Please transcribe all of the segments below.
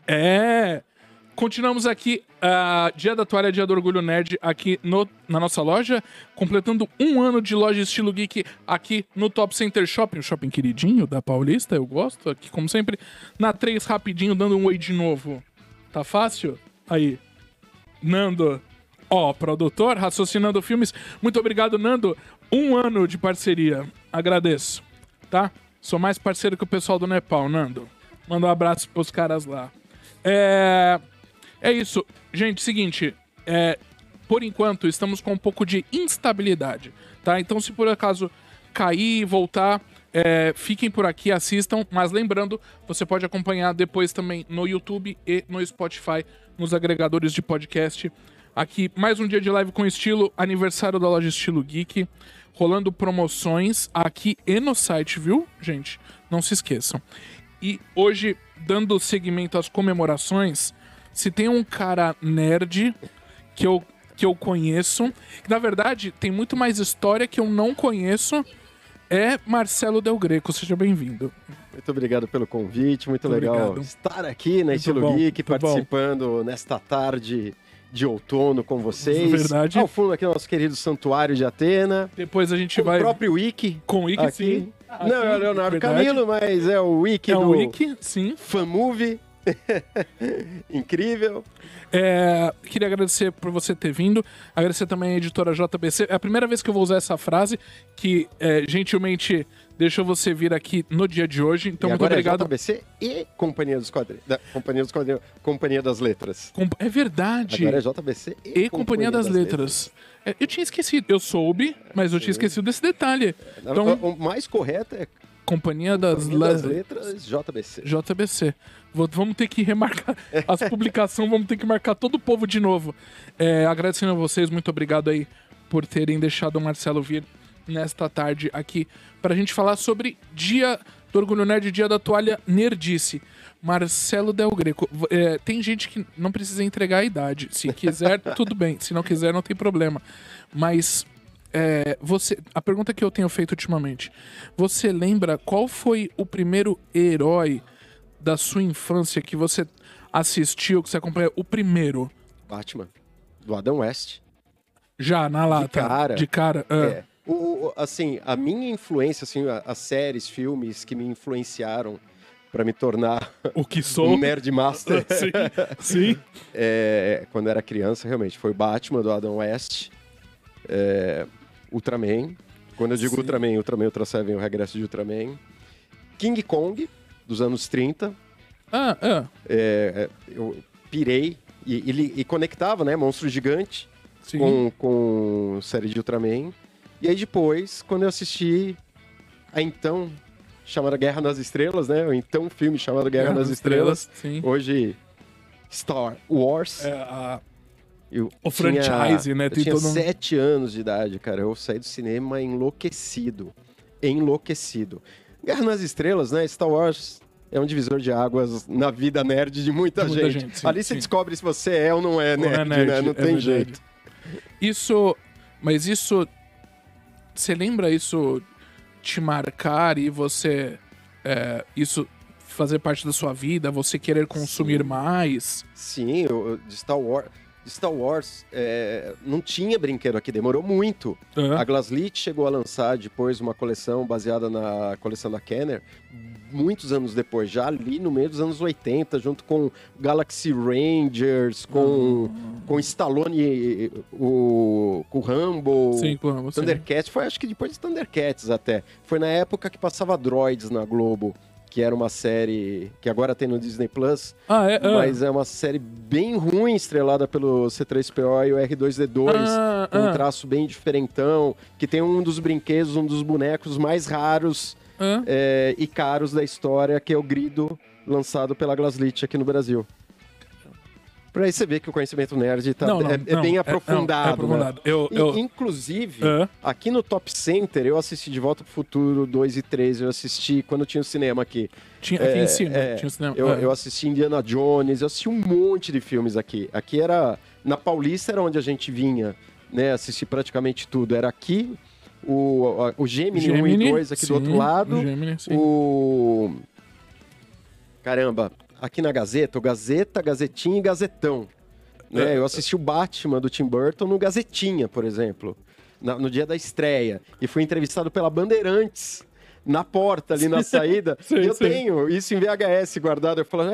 Continuamos aqui, Dia da Toalha, Dia do Orgulho Nerd, aqui na nossa loja, completando 1 ano de loja estilo geek aqui no Top Center Shopping, o shopping queridinho da Paulista, eu gosto, aqui como sempre, na 3 rapidinho, dando um oi de novo. Tá fácil? Aí, Nando, produtor, raciocinando filmes, muito obrigado, Nando, 1 ano de parceria, agradeço, tá? Sou mais parceiro que o pessoal do Nepal, Nando, manda um abraço pros caras lá. É isso. Gente, seguinte, por enquanto estamos com um pouco de instabilidade, tá? Então se por acaso cair e voltar, fiquem por aqui, assistam, mas lembrando, você pode acompanhar depois também no YouTube e no Spotify, nos agregadores de podcast. Aqui, mais um dia de live com estilo, aniversário da loja Estilo Geek, rolando promoções aqui e no site, viu, gente? Não se esqueçam. E hoje, dando seguimento às comemorações, se tem um cara nerd que eu conheço, que na verdade tem muito mais história que eu não conheço, é Marcelo Del Greco. Seja bem-vindo. Muito obrigado pelo convite, muito legal obrigado. Estar aqui na Estilo Geek, participando nesta tarde de outono com vocês. Verdade. Ao fundo aqui, nosso querido Santuário de Atena. Depois a gente vai... O próprio Wiki. Com o Wiki, aqui. sim. Não é o Leonardo Camilo, mas é o Wiki do... o Wiki, sim. Fanmovie. Incrível. Queria agradecer por você ter vindo, agradecer também a editora JBC. É a primeira vez que eu vou usar essa frase, que gentilmente deixou você vir aqui no dia de hoje. Então, muito obrigado. JBC e Companhia dos Quadrinhos. Companhia das Letras. É verdade. Agora é JBC e Companhia das Letras. Eu tinha esquecido, eu soube, mas eu tinha esquecido desse detalhe. Então, o mais correto é Companhia das Letras, JBC. JBC. Vamos ter que remarcar as publicações, vamos ter que marcar todo o povo de novo. Agradecendo a vocês, muito obrigado aí por terem deixado o Marcelo vir nesta tarde aqui pra gente falar sobre Dia do Orgulho Nerd, Dia da Toalha Nerdice. Marcelo Del Greco. Tem gente que não precisa entregar a idade. Se quiser, tudo bem. Se não quiser, não tem problema. Mas... a pergunta que eu tenho feito ultimamente, você lembra qual foi o primeiro herói da sua infância que você assistiu, que você acompanhou? O primeiro? Batman, do Adam West. Já, na lata. De cara. Assim, a minha influência, assim, as séries, filmes que me influenciaram para me tornar o que sou um nerd master. Sim. Quando era criança, realmente, foi o Batman, do Adam West. Ultraman. Quando eu digo Ultraman, Ultra Seven, o regresso de Ultraman. King Kong, dos anos 30. Eu pirei e conectava, né? Monstro Gigante com série de Ultraman. E aí depois, quando eu assisti a então chamada Guerra nas Estrelas, né? O então filme chamado Guerra nas Estrelas. Sim. Hoje, Star Wars. O franchise, né? Eu tinha 7 anos de idade, cara. Eu saí do cinema enlouquecido. Guerra nas Estrelas, né? Star Wars é um divisor de águas na vida nerd de muita gente. Sim, ali você descobre se você é ou não é nerd, né? Não tem jeito. Mas isso... Você lembra isso te marcar e você... isso fazer parte da sua vida? Você querer consumir mais? Sim, de Star Wars não tinha brinquedo aqui, demorou muito. A Glaslit chegou a lançar depois uma coleção baseada na coleção da Kenner, muitos anos depois, já ali no meio dos anos 80, junto com Galaxy Rangers, com Stallone, com o Rambo, sim, com o Rambo, Thundercats, foi acho que depois de Thundercats até. Foi na época que passava Droids na Globo, que era uma série que agora tem no Disney Plus, mas é uma série bem ruim, estrelada pelo C3PO e o R2-D2, com um traço bem diferentão, que tem um dos brinquedos, um dos bonecos mais raros e caros da história, que é o Grido, lançado pela Glaslit aqui no Brasil. Pra aí você ver que o conhecimento nerd é bem aprofundado. Né? Inclusive, aqui no Top Center, eu assisti De Volta pro Futuro 2 e 3, eu assisti quando tinha o cinema aqui. Tinha aqui em cima, tinha o cinema. Eu assisti Indiana Jones, eu assisti um monte de filmes aqui. Aqui era... Na Paulista era onde a gente vinha, né? Assistir praticamente tudo. Era aqui, o Gemini 1 e 2 aqui do outro lado. O Gemini, sim. Caramba... aqui na Gazeta, o Gazeta, Gazetinha e Gazetão. Né? Eu assisti o Batman do Tim Burton no Gazetinha, por exemplo, no dia da estreia. E fui entrevistado pela Bandeirantes, na porta, ali na saída. Eu tenho isso em VHS guardado. Eu falo,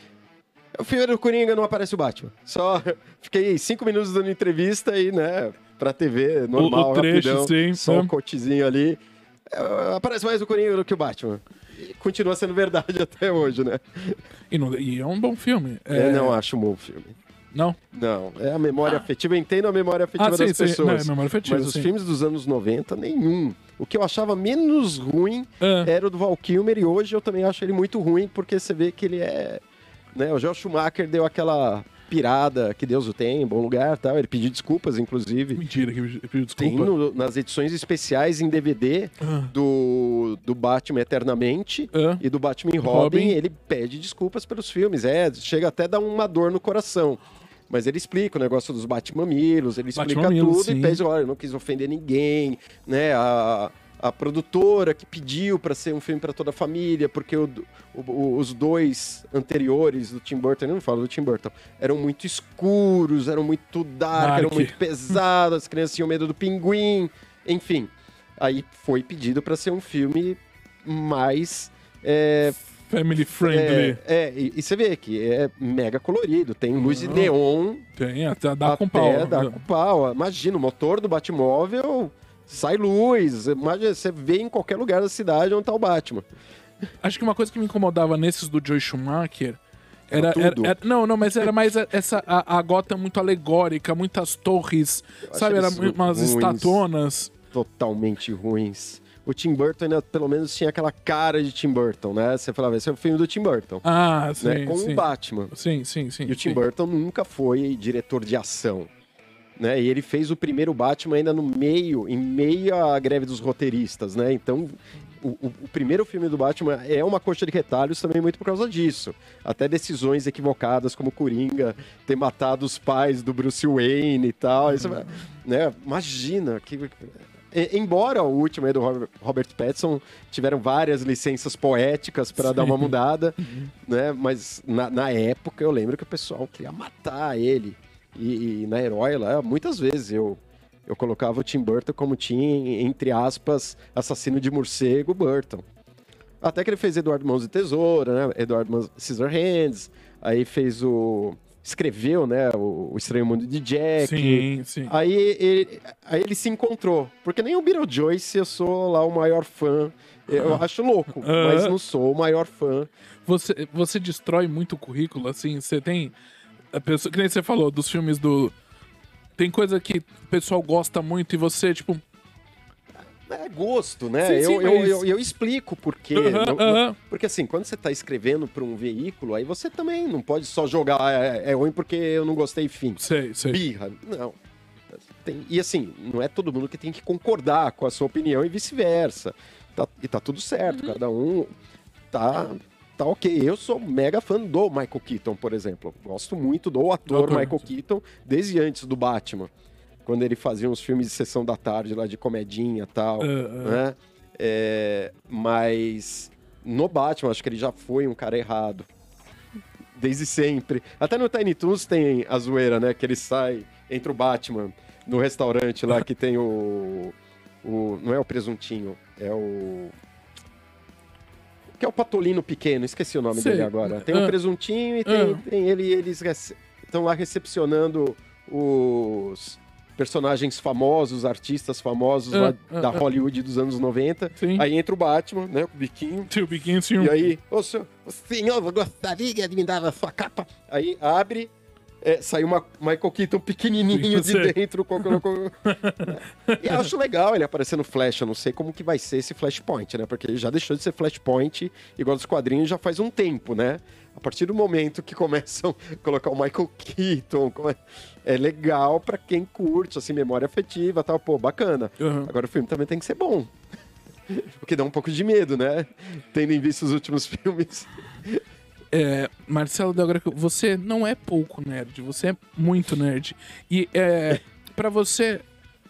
o filme do Coringa não aparece o Batman. Só fiquei 5 minutos dando entrevista e, né, pra TV, normal, o trecho, rapidão. Sim, só um cotezinho ali. Aparece mais o Coringa do que o Batman. E continua sendo verdade até hoje, né? E é um bom filme. Eu não acho um bom filme. Não? Não, é a memória afetiva. Eu entendo a memória afetiva das pessoas. Não, é memória afetiva, mas os filmes dos anos 90, nenhum. O que eu achava menos ruim era o do Val Kilmer, e hoje eu também acho ele muito ruim, porque você vê que ele é... Né, o Joel Schumacher deu aquela pirada, que Deus o tem, em bom lugar, tal. Ele pediu desculpas, inclusive. Mentira, que ele pediu desculpa. Tem nas edições especiais em DVD do Batman Eternamente e do Batman e Robin, ele pede desculpas pelos filmes. Chega até a dar uma dor no coração. Mas ele explica o negócio dos Batmamilos, ele explica tudo sim. E pede, olha, eu não quis ofender ninguém, né? A produtora que pediu para ser um filme para toda a família, porque os dois anteriores do Tim Burton, eu não falo do Tim Burton, eram muito escuros, eram muito dark, eram muito pesados, as crianças tinham medo do pinguim, enfim. Aí foi pedido para ser um filme mais... family friendly. E você vê que é mega colorido, tem luz de neon. Tem, até dá com pau. Dá com pau. Imagina, o motor do Batmóvel sai luz. Imagina, você vê em qualquer lugar da cidade onde tá o Batman. Acho que uma coisa que me incomodava nesses do Joel Schumacher era mas era mais a Gotham muito alegórica, muitas torres, sabe? Era umas estatonas. Totalmente ruins. O Tim Burton ainda, pelo menos, tinha aquela cara de Tim Burton, né? Você falava, esse é o filme do Tim Burton. Sim, né? Com o Batman. Sim. E o Tim Burton nunca foi diretor de ação. Né? E ele fez o primeiro Batman ainda em meio à greve dos roteiristas, né? Então, o primeiro filme do Batman é uma coxa de retalhos também muito por causa disso. Até decisões equivocadas, como Coringa ter matado os pais do Bruce Wayne e tal. Isso, né? Imagina que... Embora o último aí do Robert Pattinson tiveram várias licenças poéticas para dar uma mudada, né? Mas na época eu lembro que o pessoal queria matar ele. E na Herói lá, muitas vezes eu colocava o Tim Burton como Tim, entre aspas, assassino de morcego Burton. Até que ele fez Eduardo Mãos de Tesoura, né? Eduardo Mãos Scissorhands, aí fez escreveu, né, o Estranho Mundo de Jack. Sim. Aí ele se encontrou. Porque nem o Beetlejuice eu sou lá o maior fã. Eu acho louco, mas não sou o maior fã. Você destrói muito o currículo, assim, você tem... A pessoa, que nem você falou, dos filmes do... Tem coisa que o pessoal gosta muito e você, tipo... É gosto, né? Sim, eu explico por quê. Porque assim, quando você tá escrevendo para um veículo, aí você também não pode só jogar é ruim porque eu não gostei, fim. Sei. Birra. Não. E assim, não é todo mundo que tem que concordar com a sua opinião e vice-versa. E tá tudo certo, cada um tá ok. Eu sou mega fã do Michael Keaton, por exemplo. Gosto muito do ator Michael Keaton desde antes do Batman. Quando ele fazia uns filmes de sessão da tarde lá de comedinha e tal, né? Mas no Batman, acho que ele já foi um cara errado. Desde sempre. Até no Tiny Toons tem a zoeira, né? Que ele sai, entra o Batman no restaurante lá que tem não é o presuntinho, é o... Que é o Patolino pequeno, esqueci o nome dele agora. Tem o presuntinho e tem eles estão lá recepcionando os... personagens famosos, artistas famosos lá da Hollywood dos anos 90. Sim. Aí entra o Batman, né? O biquinho. Sim, o biquinho, sim. E aí, o senhor gostaria de me dar a sua capa? Aí abre, sai uma Michael Keaton pequenininho de dentro. E eu acho legal ele aparecendo Flash. Eu não sei como que vai ser esse Flashpoint, né? Porque ele já deixou de ser Flashpoint, igual dos quadrinhos, já faz um tempo, né? A partir do momento que começam a colocar o Michael Keaton, é legal pra quem curte, assim, memória afetiva e tal. Pô, bacana. Agora o filme também tem que ser bom. O que dá um pouco de medo, né? Tendo em vista os últimos filmes. Marcelo Del Greco, você não é pouco nerd, você é muito nerd. E pra você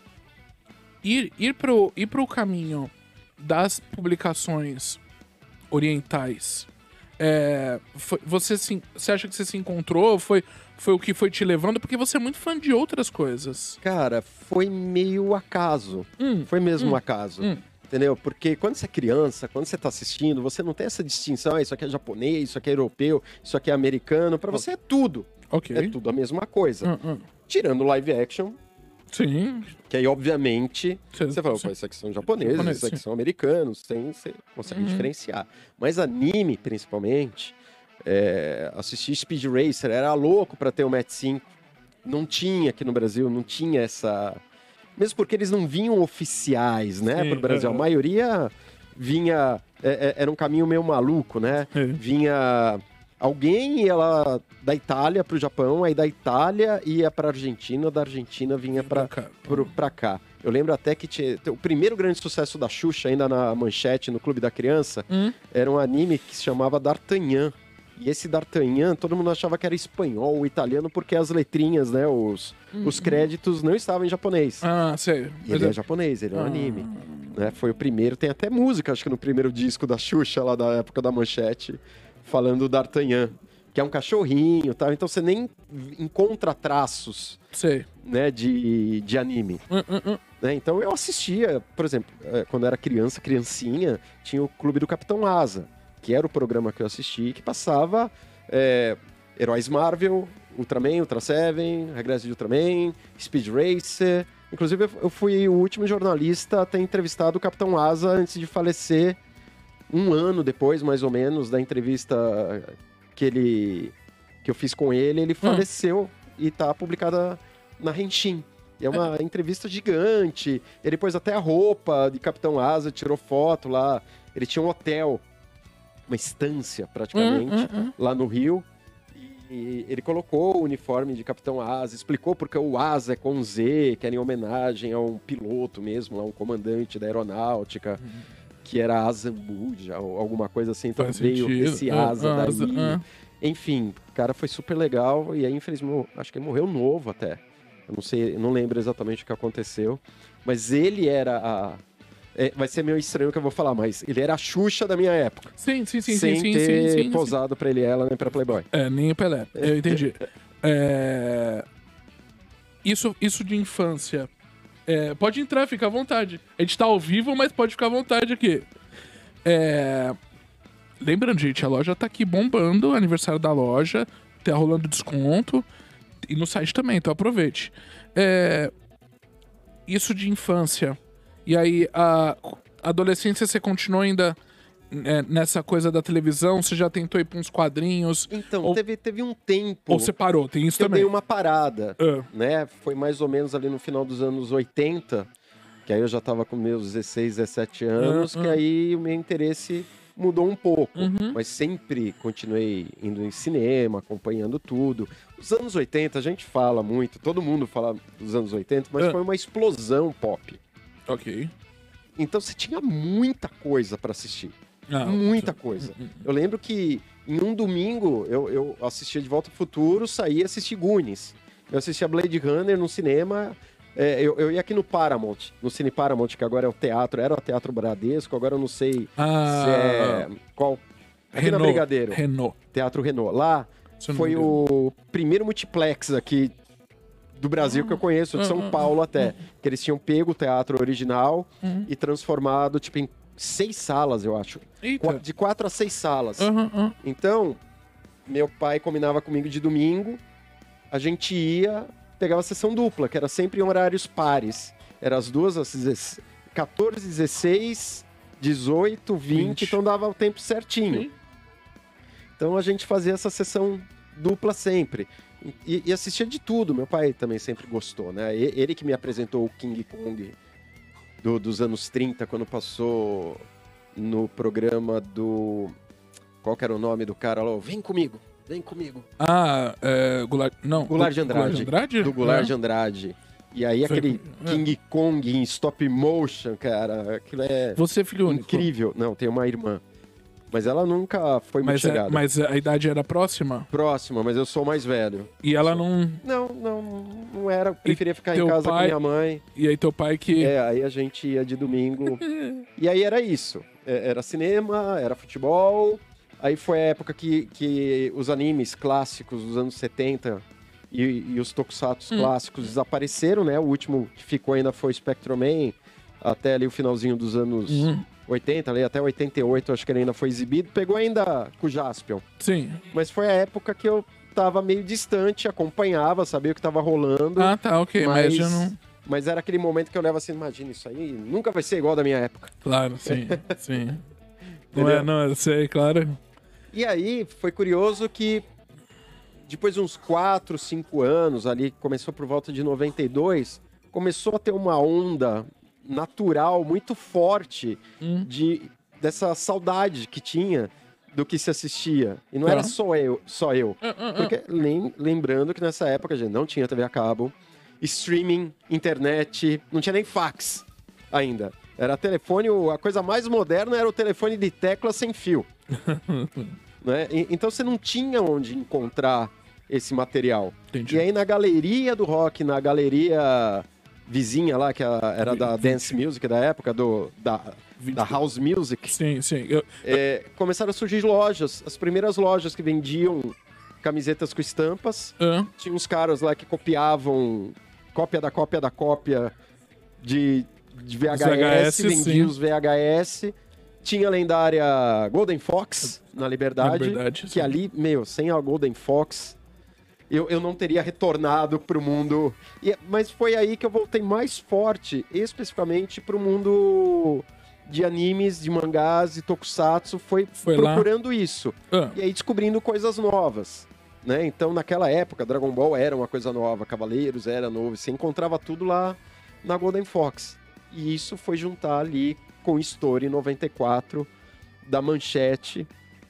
ir pro caminho das publicações orientais... Você acha que você se encontrou? Foi o que foi te levando? Porque você é muito fã de outras coisas. Cara, foi meio acaso. Foi mesmo um acaso. Entendeu? Porque quando você é criança, quando você tá assistindo, você não tem essa distinção, isso aqui é japonês, isso aqui é europeu, isso aqui é americano. Pra você é tudo. É tudo a mesma coisa. Tirando live action. Sim. Que aí, obviamente, você fala, pô, esses aqui são japoneses, esses aqui são americanos, você consegue diferenciar. Mas anime, principalmente, assistir Speed Racer, era louco pra ter o Match 5. Não tinha aqui no Brasil, não tinha essa... Mesmo porque eles não vinham oficiais, né, pro Brasil. A maioria vinha... era um caminho meio maluco, né? Vinha... Alguém ia lá da Itália pro Japão, aí da Itália ia pra Argentina, da Argentina vinha pra cá. Eu lembro até que o primeiro grande sucesso da Xuxa, ainda na Manchete, no Clube da Criança, era um anime que se chamava D'Artagnan. E esse D'Artagnan, todo mundo achava que era espanhol ou italiano, porque as letrinhas, né, os créditos não estavam em japonês. Ah, sei. E ele é japonês, ele é um anime. Né? Foi o primeiro, tem até música, acho que no primeiro disco da Xuxa, lá da época da Manchete, falando do D'Artagnan, que é um cachorrinho e tal, então você nem encontra traços, né, de anime. Né? Então eu assistia, por exemplo, quando eu era criancinha, tinha o Clube do Capitão Asa, que era o programa que eu assisti, que passava Heróis Marvel, Ultraman, Ultra Seven, Regresso de Ultraman, Speed Racer. Inclusive eu fui o último jornalista a ter entrevistado o Capitão Asa antes de falecer, um ano depois, mais ou menos, da entrevista que eu fiz com ele faleceu e tá publicada na Henshin. E é uma entrevista gigante. Ele pôs até a roupa de Capitão Asa, tirou foto lá. Ele tinha um hotel, uma estância praticamente, lá no Rio. E ele colocou o uniforme de Capitão Asa, explicou porque o Asa é com Z, que era em homenagem a um piloto mesmo, a um comandante da aeronáutica. Que era Azambuja, ou alguma coisa assim, então veio esse Asa daí. Enfim, o cara foi super legal, e aí, infelizmente, acho que ele morreu novo até. Eu não sei, eu não lembro exatamente o que aconteceu, mas ele era vai ser meio estranho o que eu vou falar, mas ele era a Xuxa da minha época. Sim. Sem ter posado pra ele ela, nem pra Playboy. Nem o Pelé, eu entendi. Isso de infância... pode entrar, fica à vontade. A gente tá ao vivo, mas pode ficar à vontade aqui. Lembrando, gente, a loja tá aqui bombando, aniversário da loja, tá rolando desconto, e no site também, então aproveite. Isso de infância. E aí, a adolescência, você continuou ainda nessa coisa da televisão? Você já tentou ir pra uns quadrinhos? Então, teve um tempo... Ou você parou, tem isso também? Eu dei uma parada, né? Foi mais ou menos ali no final dos anos 80, que aí eu já tava com meus 16, 17 anos, que aí o meu interesse mudou um pouco. Mas sempre continuei indo em cinema, acompanhando tudo. Os anos 80, a gente fala muito, todo mundo fala dos anos 80, mas foi uma explosão pop. Ok. Então você tinha muita coisa pra assistir. Muita coisa. Eu lembro que em um domingo eu assistia De Volta ao Futuro, saía e assistia Goonies. Eu assistia Blade Runner no cinema. Eu ia aqui no Paramount, no Cine Paramount, que agora é o teatro, era o Teatro Bradesco, agora eu não sei se é qual. Aqui na Brigadeiro. Teatro Renault. Lá foi o primeiro multiplex aqui do Brasil que eu conheço, de São Paulo até. Que eles tinham pego o teatro original e transformado, tipo, em 6 salas, eu acho. Eita. De 4 a 6 salas. Então, meu pai combinava comigo de domingo, a gente ia, pegava a sessão dupla, que era sempre em horários pares. Era as duas, às 14, 16, 18, 20, então dava o tempo certinho. Sim. Então a gente fazia essa sessão dupla sempre. E assistia de tudo. Meu pai também sempre gostou, né? Ele que me apresentou o King Kong dos anos 30, quando passou no programa do... Qual que era o nome do cara lá? Vem comigo. Goulart... Não. Goulart de Andrade. Do Goulart de Andrade. E aí aquele King Kong em stop motion, cara, aquilo é... Você é filho único? Incrível. Não, tem uma irmã. Mas ela nunca foi muito chegada. Mas a idade era próxima? Próxima, mas eu sou mais velho. E ela não... Não era. Eu preferia ficar em casa com minha mãe. E aí teu pai que... Aí a gente ia de domingo. E aí era isso. Era cinema, era futebol. Aí foi a época que os animes clássicos dos anos 70 e os tokusatsu clássicos desapareceram, né? O último que ficou ainda foi Spectrum Man, até ali o finalzinho dos anos 80, ali até 88, acho que ele ainda foi exibido. Pegou ainda com o Jaspion. Sim. Mas foi a época que eu tava meio distante, acompanhava, sabia o que tava rolando. Ah, tá, ok, mas já não... Mas era aquele momento que eu levo assim, imagina, isso aí nunca vai ser igual da minha época. Claro, sim, sim. Não, eu sei, claro. E aí, foi curioso que depois de uns 4, 5 anos ali, começou por volta de 92, começou a ter uma onda natural muito forte dessa saudade que tinha do que se assistia. E não era só eu. Porque lembrando que nessa época a gente não tinha TV a cabo, streaming, internet, não tinha nem fax ainda. Era telefone, a coisa mais moderna era o telefone de tecla sem fio. Né? Então você não tinha onde encontrar esse material. Entendi. E aí na galeria do rock, na galeria vizinha lá, que era da Dance Music da época, da House Music. Sim, sim. Começaram a surgir lojas, as primeiras lojas que vendiam camisetas com estampas. Tinha uns caras lá que copiavam cópia da cópia de VHS, vendiam os VHS. Tinha a lendária Golden Fox na Liberdade, que sim. Ali, sem a Golden Fox, eu não teria retornado pro mundo. Mas foi aí que eu voltei mais forte, especificamente pro mundo de animes, de mangás e tokusatsu, foi procurando lá. Isso. E aí descobrindo coisas novas. Né? Então, naquela época, Dragon Ball era uma coisa nova, Cavaleiros era novo, você encontrava tudo lá na Golden Fox. E isso foi juntar ali com Story 94 da Manchete,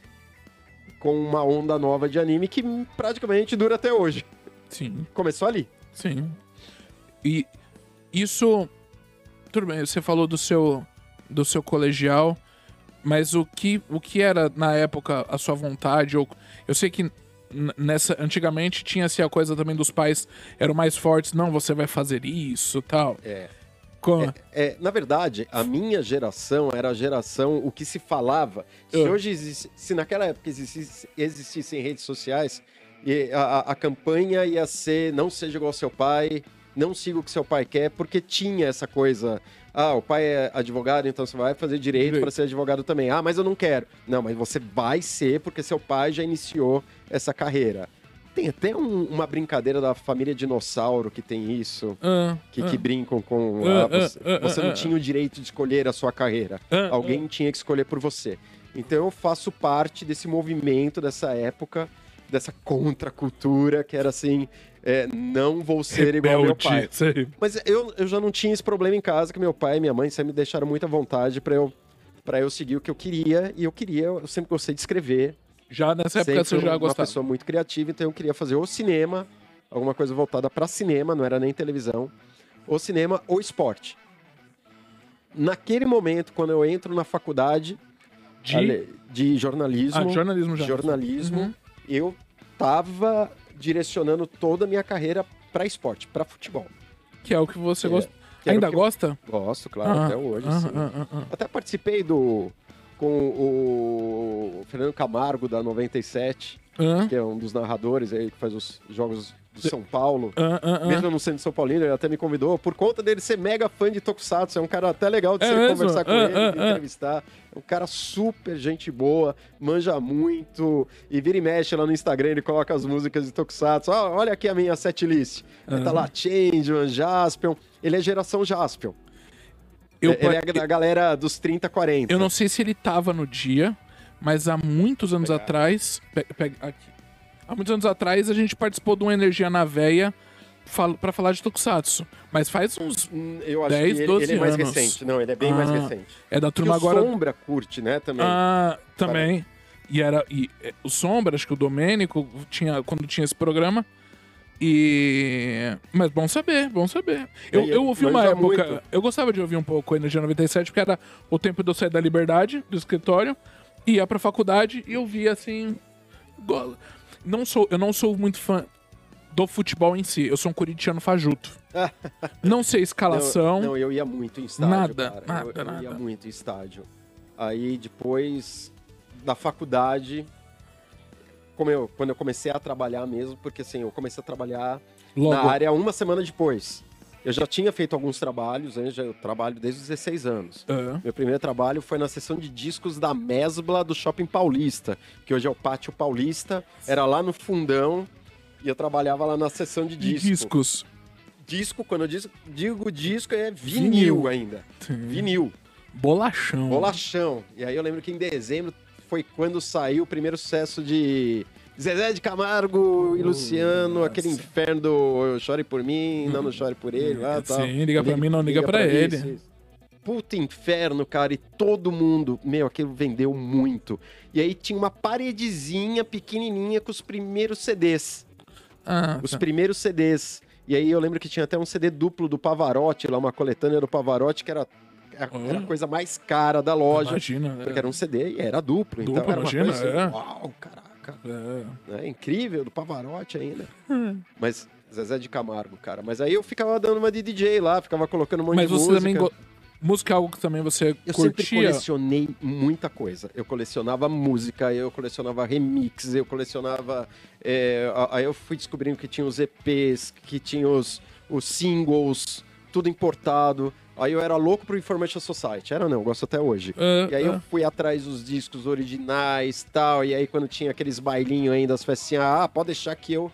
com uma onda nova de anime que praticamente dura até hoje. Sim. Começou ali. Sim. E isso... Tudo bem, você falou do seu colegial, mas o que era, na época, a sua vontade? Eu sei que antigamente tinha-se a coisa também dos pais eram mais fortes, não, você vai fazer isso, tal. Na verdade, a minha geração era a geração, o que se falava. Se naquela época existissem redes sociais, a campanha ia ser não seja igual ao seu pai, não siga o que seu pai quer, porque tinha essa coisa, o pai é advogado, então você vai fazer direito para ser advogado também. Mas eu não quero. Não, mas você vai ser porque seu pai já iniciou essa carreira. Tem até uma brincadeira da família Dinossauro que tem isso, que brincam com... você não tinha o direito de escolher a sua carreira. Alguém tinha que escolher por você. Então eu faço parte desse movimento, dessa época, dessa contracultura, que era assim, não vou ser igual ao meu pai. Sei. Mas eu já não tinha esse problema em casa, que meu pai e minha mãe sempre me deixaram muita vontade para eu seguir o que eu queria. E eu sempre gostei de escrever. Já nessa época você já gostava? Uma pessoa muito criativa, então eu queria fazer ou cinema, alguma coisa voltada para cinema, não era nem televisão, ou cinema ou esporte. Naquele momento, quando eu entro na faculdade de jornalismo, jornalismo, eu tava direcionando toda a minha carreira para esporte, para futebol. Que é o que você gosta. Ainda gosta? Gosto, claro, até hoje, sim. Até participei com o Fernando Camargo, da 97, que é um dos narradores aí, que faz os jogos do São Paulo. Mesmo eu não sendo São Paulino, ele até me convidou, por conta dele ser mega fã de Tokusatsu. É um cara até legal de você conversar com ele, entrevistar. É um cara super gente boa, manja muito, e vira e mexe lá no Instagram, ele coloca as músicas de Tokusatsu. Olha aqui a minha setlist. Tá lá Changeman, Jaspion. Ele é geração Jaspion. Ele é da galera dos 30, 40. Eu não sei se ele tava no dia, mas há muitos anos atrás... aqui. Há muitos anos atrás, a gente participou de uma Energia na Veia pra falar de Tokusatsu. Mas faz uns 10, 12 anos. Ele é mais recente. Não, ele é bem mais recente. É da turma agora... o Sombra curte, né, também. Também. E o Sombra, acho que o Domênico, quando tinha esse programa... Mas bom saber. Eu ouvi uma época... Muito. Eu gostava de ouvir um pouco a Energia 97, porque era o tempo de eu sair da Liberdade, do escritório, ia pra faculdade e eu via assim... Eu não sou muito fã do futebol em si. Eu sou um corintiano fajuto. Não sei escalação. Não, eu ia muito em estádio, Nada. Eu ia muito em estádio. Aí depois... da faculdade, quando eu comecei a trabalhar mesmo, porque assim, eu comecei a trabalhar na área uma semana depois. Eu já tinha feito alguns trabalhos, eu trabalho desde os 16 anos. Meu primeiro trabalho foi na seção de discos da Mesbla do Shopping Paulista, que hoje é o Pátio Paulista, era lá no fundão, e eu trabalhava lá na seção de discos. Disco, quando eu digo disco, é vinil ainda. Vinil. Bolachão. E aí eu lembro que em dezembro foi quando saiu o primeiro sucesso de Zezé de Camargo e Luciano, aquele inferno do Chore por mim, não chore por ele. Lá, tal. Sim, liga pra mim, não liga pra ele. Isso. Puta inferno, cara, e todo mundo, aquilo vendeu muito. E aí tinha uma paredezinha pequenininha com os primeiros CDs. Primeiros CDs. E aí eu lembro que tinha até um CD duplo do Pavarotti, lá uma coletânea do Pavarotti, que era a coisa mais cara da loja. Imagina, porque era um CD e era duplo. Então era uma coisa assim, uau, caraca. É incrível, do Pavarotti ainda. Mas Zezé de Camargo, cara. Mas aí eu ficava dando uma de DJ lá, ficava colocando um monte de música. Mas você também... Música é algo que também você curtia? Eu sempre colecionei muita coisa. Eu colecionava música, eu colecionava remix, eu colecionava... aí eu fui descobrindo que tinha os EPs, que tinha os singles, tudo importado. Aí eu era louco pro Information Society. Eu gosto até hoje. E aí eu fui atrás dos discos originais e tal. E aí quando tinha aqueles bailinhos ainda, as festinhas, pode deixar que eu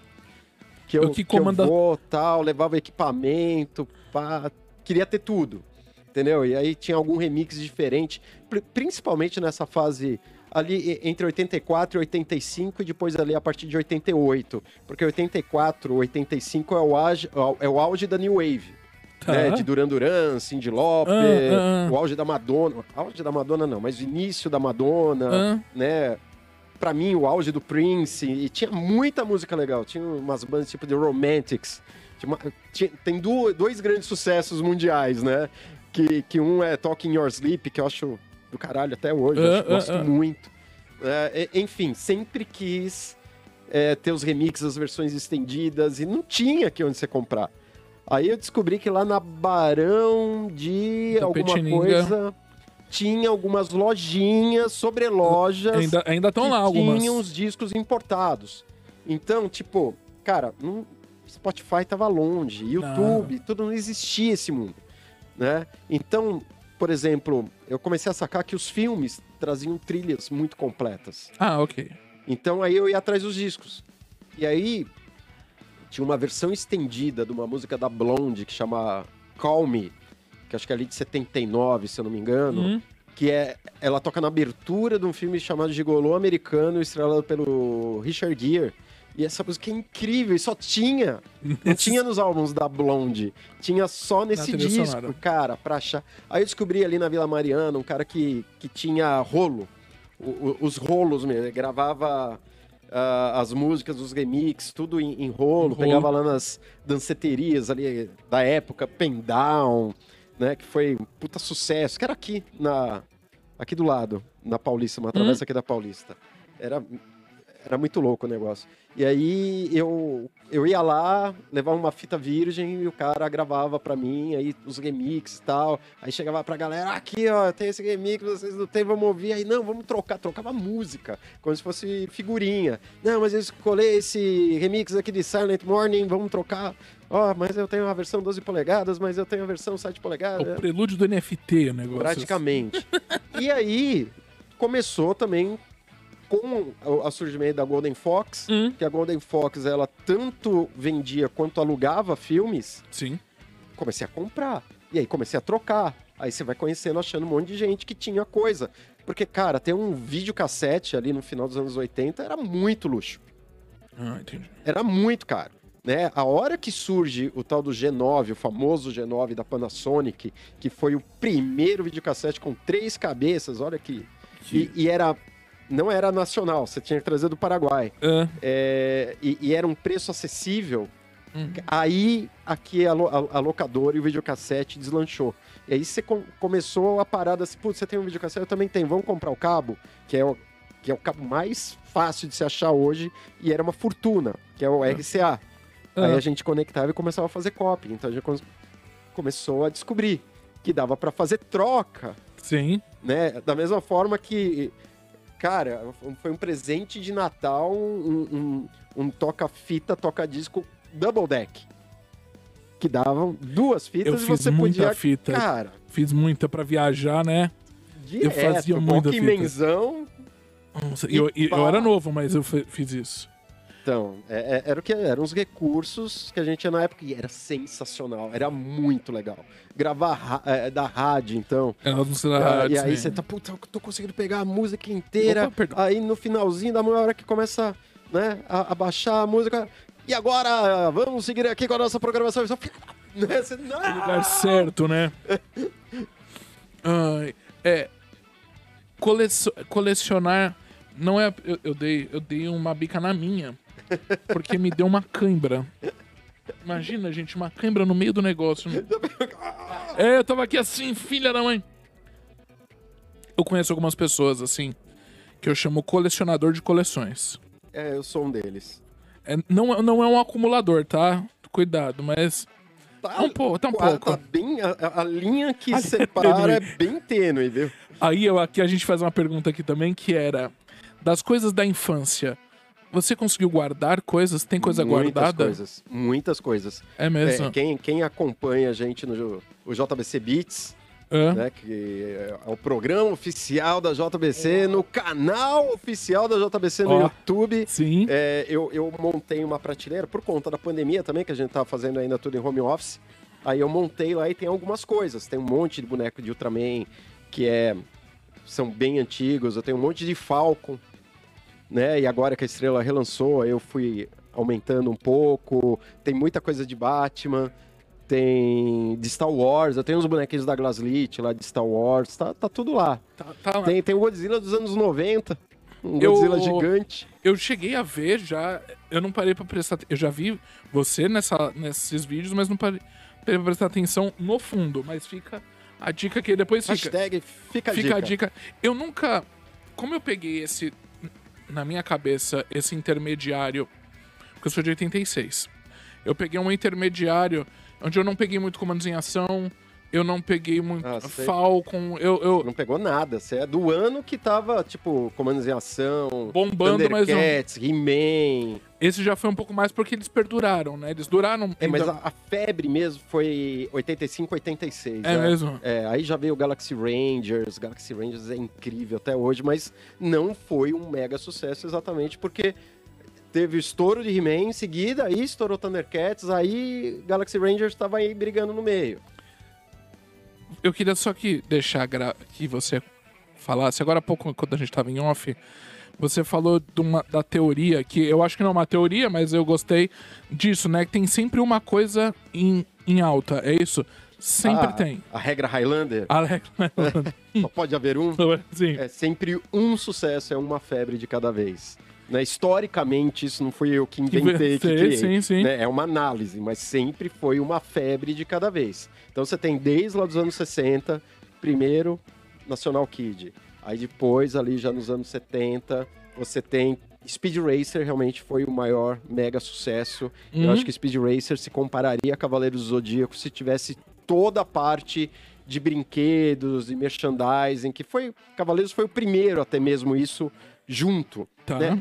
vou, tal. Levava equipamento, pá. Queria ter tudo. Entendeu? E aí tinha algum remix diferente, principalmente nessa fase ali entre 84 e 85 e depois ali a partir de 88. Porque 84, 85 é o auge da New Wave. Né? De Duran Duran, Cyndi Lauper, o auge da Madonna. Auge da Madonna não, mas o início da Madonna, né? Pra mim, o auge do Prince. E tinha muita música legal. Tinha umas bandas tipo The Romantics. Tem dois grandes sucessos mundiais, né? Que um é Talking Your Sleep, que eu acho do caralho até hoje, eu gosto muito. Enfim, sempre quis ter os remixes, as versões estendidas, e não tinha aqui onde você comprar. Aí eu descobri que lá na Barão de alguma coisa tinha algumas lojinhas, sobrelojas, ainda estão lá algumas. Tinham os discos importados. Então, tipo, cara, Spotify tava longe, YouTube, tudo, não existia esse mundo. Né? Então, por exemplo, eu comecei a sacar que os filmes traziam trilhas muito completas. Ok. Então aí eu ia atrás dos discos. E aí tinha uma versão estendida de uma música da Blonde que chama Call Me, que acho que é ali de 79, se eu não me engano, que ela toca na abertura de um filme chamado Gigolô Americano, estrelado pelo Richard Gere. E essa música é incrível, e só tinha. Não tinha nos álbuns da Blonde. Tinha só nesse disco, cara, pra achar. Aí eu descobri ali na Vila Mariana um cara que tinha rolo. Os rolos mesmo. Ele gravava as músicas, os remixes, tudo em rolo. Pegava lá nas danceterias ali da época, Pen Down, né? Que foi um puta sucesso. Que era aqui do lado, na Paulista, uma travessa aqui da Paulista. Era muito louco o negócio. E aí eu ia lá, levava uma fita virgem e o cara gravava pra mim, aí os remixes e tal. Aí chegava pra galera, aqui ó, tem esse remix, vocês não tem, vamos ouvir. Aí, não, vamos trocar. Trocava música, como se fosse figurinha. Não, mas eu escolhi esse remix aqui de Silent Morning, vamos trocar. Ó, mas eu tenho a versão 12 polegadas, mas eu tenho a versão 7 polegadas. O prelúdio do NFT, o negócio. Praticamente. E aí começou também com o surgimento da Golden Fox, que a Golden Fox, ela tanto vendia quanto alugava filmes. Sim. Comecei a comprar. E aí comecei a trocar. Aí você vai conhecendo, achando um monte de gente que tinha coisa. Porque, cara, ter um videocassete ali no final dos anos 80 era muito luxo. Entendi. Era muito caro. Né? A hora que surge o tal do G9, o famoso G9 da Panasonic, que foi o primeiro videocassete com 3 cabeças, olha que... E não era nacional, você tinha que trazer do Paraguai. E era um preço acessível. Aí, aqui a locadora e o videocassete deslanchou. E aí você começou a parada assim, putz, você tem um videocassete? Eu também tenho, vamos comprar o cabo? Que é o cabo mais fácil de se achar hoje, e era uma fortuna, que é o RCA. Aí a gente conectava e começava a fazer cópia. Então a gente começou a descobrir que dava para fazer troca. Sim. Né? Da mesma forma que... Cara, foi um presente de Natal, um toca-fita, toca-disco double deck. Que davam 2 fitas e você podia... Fita. Cara, fiz muita pra viajar, né? Direto, eu fazia muita fita. Walkmanzão. Eu era novo, mas eu fiz isso. Então, eram os recursos que a gente tinha na época e era sensacional, era muito legal. Gravar da rádio, então. Rádio, e aí você tá, puta, eu tô conseguindo pegar a música inteira. Opa, aí no finalzinho da hora que começa, né, a baixar a música. E agora, vamos seguir aqui com a nossa programação. No lugar certo, né? Colecionar não é... Eu dei uma bica na minha, porque me deu uma cãibra. Imagina, gente, uma cãibra no meio do negócio. Eu tava aqui assim, filha da mãe. Eu conheço algumas pessoas, assim, que eu chamo colecionador de coleções. Eu sou um deles. Não é um acumulador, tá? Cuidado, mas... Tá um pouco. Tá bem, a linha que separa é bem tênue, viu? Aí aqui a gente faz uma pergunta aqui também, que era... Das coisas da infância, você conseguiu guardar coisas? Tem coisa guardada? Muitas coisas. É mesmo? Quem acompanha a gente no JBC Beats... Né, que é o programa oficial da JBC, no canal oficial da JBC no YouTube. Sim. Eu montei uma prateleira, por conta da pandemia também, que a gente tava fazendo ainda tudo em home office. Aí eu montei lá e tem algumas coisas. Tem um monte de boneco de Ultraman, que são bem antigos. Eu tenho um monte de Falcon, né? E agora que a Estrela relançou, eu fui aumentando um pouco. Tem muita coisa de Batman. Tem de Star Wars, eu tenho uns bonequinhos da Glaslit lá de Star Wars, tá tudo lá. Tá lá. Tem o Godzilla dos anos 90, um Godzilla gigante. Eu cheguei a ver já, eu não parei pra prestar atenção, eu já vi você nesses vídeos, mas não parei pra prestar atenção no fundo, mas fica a dica que depois fica. Hashtag fica a dica. Eu nunca, como eu peguei na minha cabeça, esse intermediário, porque eu sou de 86, eu peguei um intermediário onde eu não peguei muito comandos em ação, eu não peguei muito Falcon, Não pegou nada, você é do ano que tava, tipo, comandos em ação, bombando, Thundercats, He-Man... Esse já foi um pouco mais porque eles perduraram, né? Eles duraram... mas a febre mesmo foi 85, 86. Mesmo? Aí já veio o Galaxy Rangers é incrível até hoje, mas não foi um mega sucesso exatamente porque... Teve o estouro de He-Man em seguida, aí estourou Thundercats, aí Galaxy Rangers estava aí brigando no meio. Eu queria só deixar que você falasse, agora há pouco, quando a gente estava em off, você falou da teoria, que eu acho que não é uma teoria, mas eu gostei disso, né? Que tem sempre uma coisa em alta, é isso? Sempre tem. A regra Highlander? A regra Highlander. Só pode haver um? Sim. É sempre um sucesso, é uma febre de cada vez. Né? Historicamente, isso não fui eu que inventei, que criei. Sim. Né? É uma análise, mas sempre foi uma febre de cada vez. Então você tem desde lá dos anos 60, primeiro National Kid. Aí depois, ali já nos anos 70, você tem Speed Racer, realmente foi o maior mega sucesso. Eu acho que Speed Racer se compararia a Cavaleiros do Zodíaco se tivesse toda a parte de brinquedos e merchandising, que Cavaleiros foi o primeiro a ter mesmo isso junto. Tá. Né?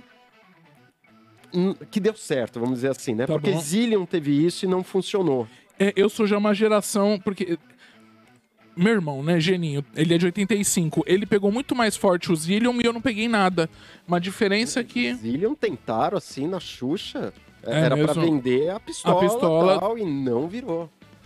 Que deu certo, vamos dizer assim, né? Tá porque bom. Zillion teve isso e não funcionou. Eu sou já uma geração, porque... Meu irmão, né, Geninho, ele é de 85. Ele pegou muito mais forte o Zillion e eu não peguei nada. Uma diferença é que... Zillion tentaram, assim, na Xuxa. É era mesmo? pra vender a pistola. Tal, e não virou.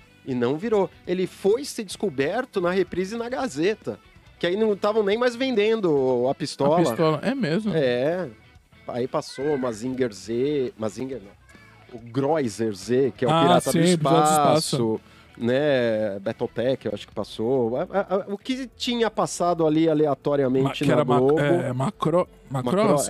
Ele foi ser descoberto na reprise e na Gazeta. Que aí não estavam nem mais vendendo a pistola. É mesmo? Aí passou o Mazinger Z... Mazinger não. O Greuzer Z, que é o Pirata do Espaço. Né, Battletech, eu acho que passou. O que tinha passado ali aleatoriamente na Globo... Macross?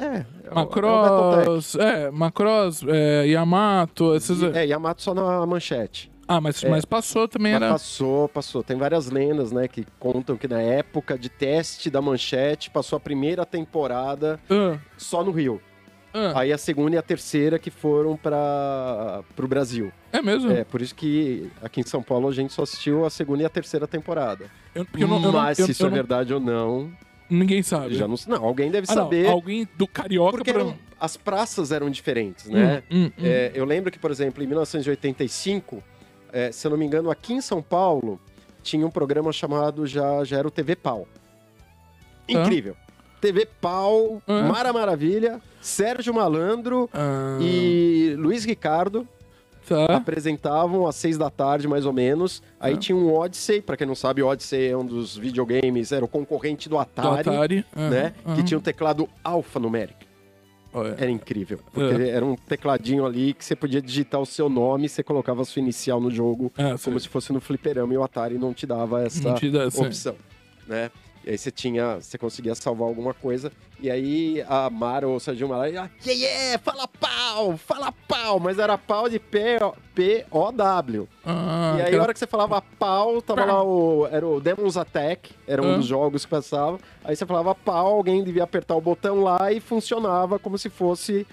Macross, Yamato... Esses... Yamato só na manchete. Mas passou também, era... Passou. Tem várias lendas, né, que contam que na época de teste da manchete passou a primeira temporada só no Rio. Aí a segunda e a terceira que foram pro Brasil. É mesmo? Por isso que aqui em São Paulo a gente só assistiu a segunda e a terceira temporada. Mas se isso é verdade ou não... Ninguém sabe. Já não, alguém deve saber. Não, alguém do Carioca... Porque as praças eram diferentes, né? Eu lembro que, por exemplo, em 1985, se eu não me engano, aqui em São Paulo, tinha um programa chamado, já era o TV Pau. Incrível. TV Pau, Mara Maravilha, Sérgio Malandro e Luiz Ricardo apresentavam às 6 da tarde, mais ou menos. Aí tinha um Odyssey, pra quem não sabe, o Odyssey é um dos videogames, era o concorrente do Atari, né? Que tinha um teclado alfanumérico. Era incrível, porque era um tecladinho ali que você podia digitar o seu nome, você colocava a sua inicial no jogo, como se fosse no fliperama, e o Atari não te dava essa opção, né? E aí você conseguia salvar alguma coisa, e aí a Mara ou o Sérgio Malandro, fala pau, mas era pau de P-O-W. E aí a hora que você falava pau, tava lá era o Demon's Attack, era um dos jogos que passava, aí você falava pau, alguém devia apertar o botão lá e funcionava como se fosse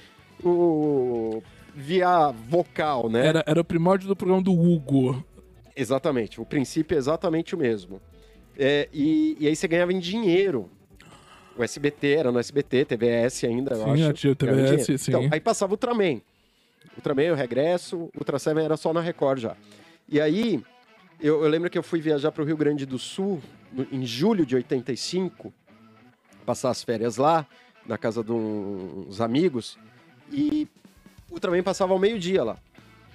via vocal, né? Era o primórdio do programa do Hugo. Exatamente, o princípio é exatamente o mesmo. E aí você ganhava em dinheiro. O SBT, era no SBT, TVS ainda, eu acho. Tinha o TVS, sim. Então, aí passava o Ultraman. Ultraman, o Regresso, o Ultra Seven era só na Record já. E aí, eu lembro que eu fui viajar para o Rio Grande do Sul, em julho de 85, passar as férias lá, na casa de uns amigos, e o Ultraman passava ao meio-dia lá.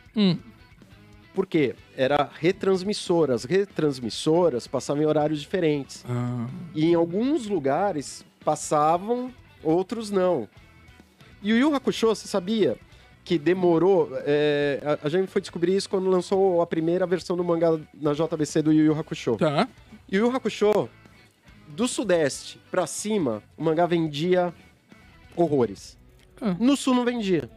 Por quê? Era retransmissora. As retransmissoras passavam em horários diferentes. E em alguns lugares passavam, outros não. E o Yu Yu Hakusho, você sabia que demorou... a gente foi descobrir isso quando lançou a primeira versão do mangá na JBC do Yu Yu Hakusho. E o Yu Yu Hakusho, do Sudeste pra cima, o mangá vendia horrores. No Sul não vendia.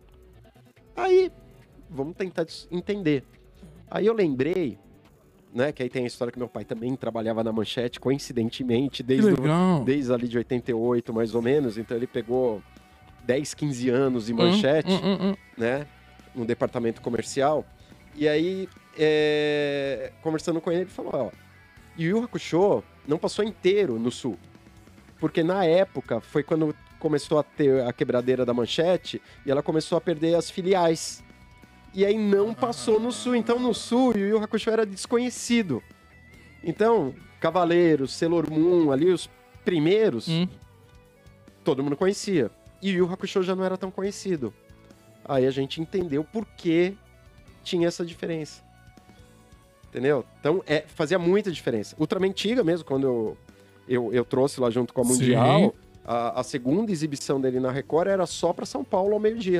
Aí... vamos tentar entender. Aí eu lembrei, né, que aí tem a história que meu pai também trabalhava na Manchete, coincidentemente, desde ali de 88, mais ou menos. Então ele pegou 10, 15 anos em Manchete, né, no departamento comercial. E aí, conversando com ele, ele falou, Yu Yu Hakusho não passou inteiro no Sul. Porque na época, foi quando começou a ter a quebradeira da Manchete, e ela começou a perder as filiais. E aí não passou no Sul. Então, no Sul, Yu Yu Hakusho era desconhecido. Então, Cavaleiros, Sailor Moon, ali os primeiros, todo mundo conhecia. E Yu Yu Hakusho já não era tão conhecido. Aí a gente entendeu por que tinha essa diferença. Entendeu? Então, fazia muita diferença. Ultraman Tiga mesmo, quando eu trouxe lá junto com a Mundial, a segunda exibição dele na Record era só para São Paulo ao meio-dia.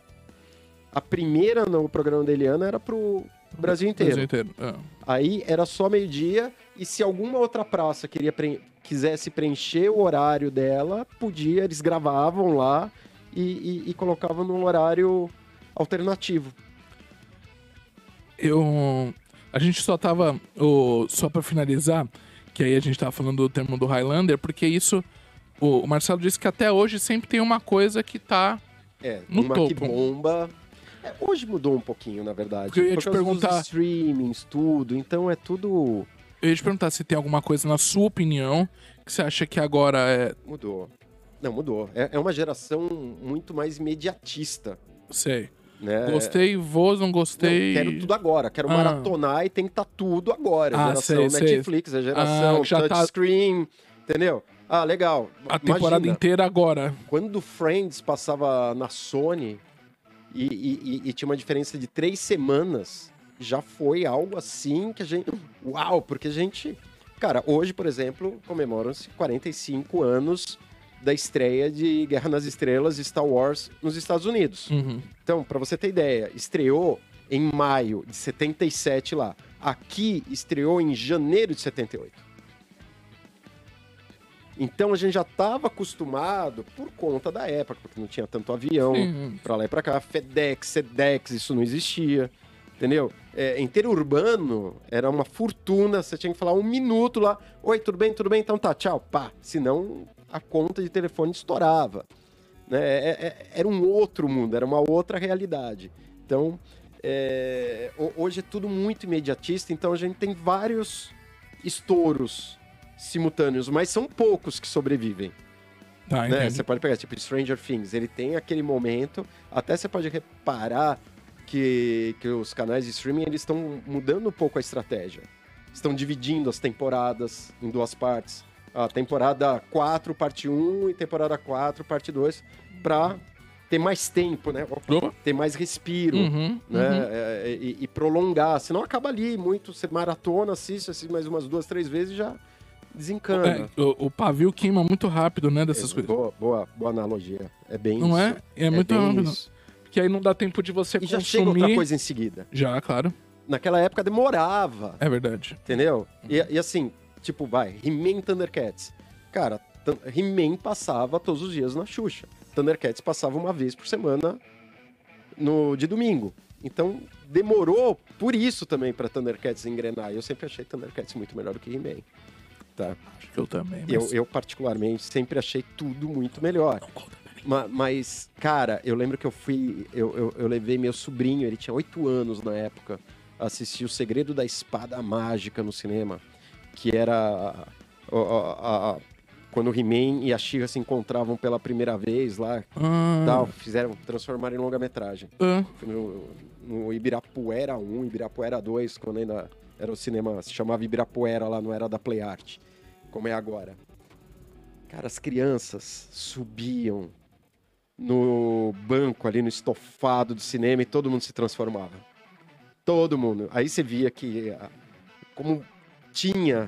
A primeira no programa da Eliana era pro Brasil inteiro. Aí era só meio-dia, e se alguma outra praça quisesse preencher o horário dela, podia, eles gravavam lá e colocavam num horário alternativo. A gente só tava... só pra finalizar, que aí a gente tava falando do termo do Highlander, porque isso... O Marcelo disse que até hoje sempre tem uma coisa que tá no topo. Que bomba... hoje mudou um pouquinho, na verdade. Porque eu ia te perguntar... dos streamings, tudo. Então é tudo... Eu ia te perguntar se tem alguma coisa, na sua opinião, que você acha que agora é... Mudou. Não, mudou. É uma geração muito mais imediatista. Sei. Né? Gostei, não gostei... Não, quero tudo agora. Quero maratonar e tem que estar tudo agora. Geração Netflix, geração touchscreen, entendeu? Legal. A temporada inteira agora. Quando Friends passava na Sony... E tinha uma diferença de 3 semanas, já foi algo assim que a gente... Uau! Porque a gente... Cara, hoje, por exemplo, comemoram-se 45 anos da estreia de Guerra nas Estrelas e Star Wars nos Estados Unidos. Então, pra você ter ideia, estreou em maio de 77 lá. Aqui, estreou em janeiro de 78. Então a gente já estava acostumado por conta da época, porque não tinha tanto avião pra lá e pra cá, FedEx, SEDEX, isso não existia, entendeu? Interurbano era uma fortuna, você tinha que falar 1 minuto lá, oi, tudo bem, então tá, tchau, pá, senão a conta de telefone estourava, né? Era um outro mundo, era uma outra realidade. Então, hoje é tudo muito imediatista, então a gente tem vários estouros simultâneos, mas são poucos que sobrevivem. Tá, né? Você pode pegar, tipo, Stranger Things, ele tem aquele momento, até você pode reparar que os canais de streaming, eles estão mudando um pouco a estratégia. Estão dividindo as temporadas em 2 partes. A temporada 4, parte 1, e temporada 4, parte 2, pra ter mais tempo, né? Ter mais respiro, né? E prolongar. Senão acaba ali muito, você maratona, assiste mais umas 2, 3 vezes e já desencana. O pavio queima muito rápido, né, dessas coisas. Boa analogia. É bem não isso. Não é? É muito rápido. Isso. Porque aí não dá tempo de você consumir. Já chega outra coisa em seguida. Já, claro. Naquela época demorava. É verdade. Entendeu? E assim, tipo, He-Man, Thundercats. Cara, He-Man passava todos os dias na Xuxa. Thundercats passava uma vez por semana de domingo. Então, demorou por isso também pra Thundercats engrenar. Eu sempre achei Thundercats muito melhor do que He-Man. Tá? Acho que eu também. Eu, particularmente, sempre achei tudo muito melhor. Mas, cara, eu lembro que eu levei meu sobrinho, ele tinha 8 anos na época, a assistir O Segredo da Espada Mágica no cinema, que era quando o He-Man e a She-Ra se encontravam pela primeira vez lá, transformaram em longa-metragem. Foi no Ibirapuera 1, Ibirapuera 2, quando ainda era o cinema, se chamava Ibirapuera lá, não era da Play Art, como é agora. Cara, as crianças subiam no banco ali, no estofado do cinema, e todo mundo se transformava. Todo mundo. Aí você via que como tinha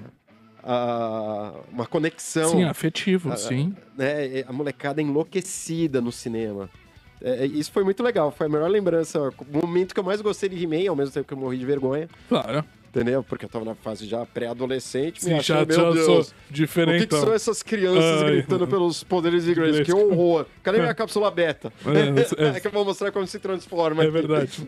uma conexão. Sim, afetivo, sim. Né, a molecada enlouquecida no cinema. Isso foi muito legal, foi a melhor lembrança. O momento que eu mais gostei de He-Man, ao mesmo tempo que eu morri de vergonha. Claro. Entendeu? Porque eu tava na fase já pré-adolescente. Sim, já sou diferente. O que são essas crianças gritando pelos poderes de Grace? Que horror! Cadê minha cápsula beta? É que eu vou mostrar como se transforma. É verdade.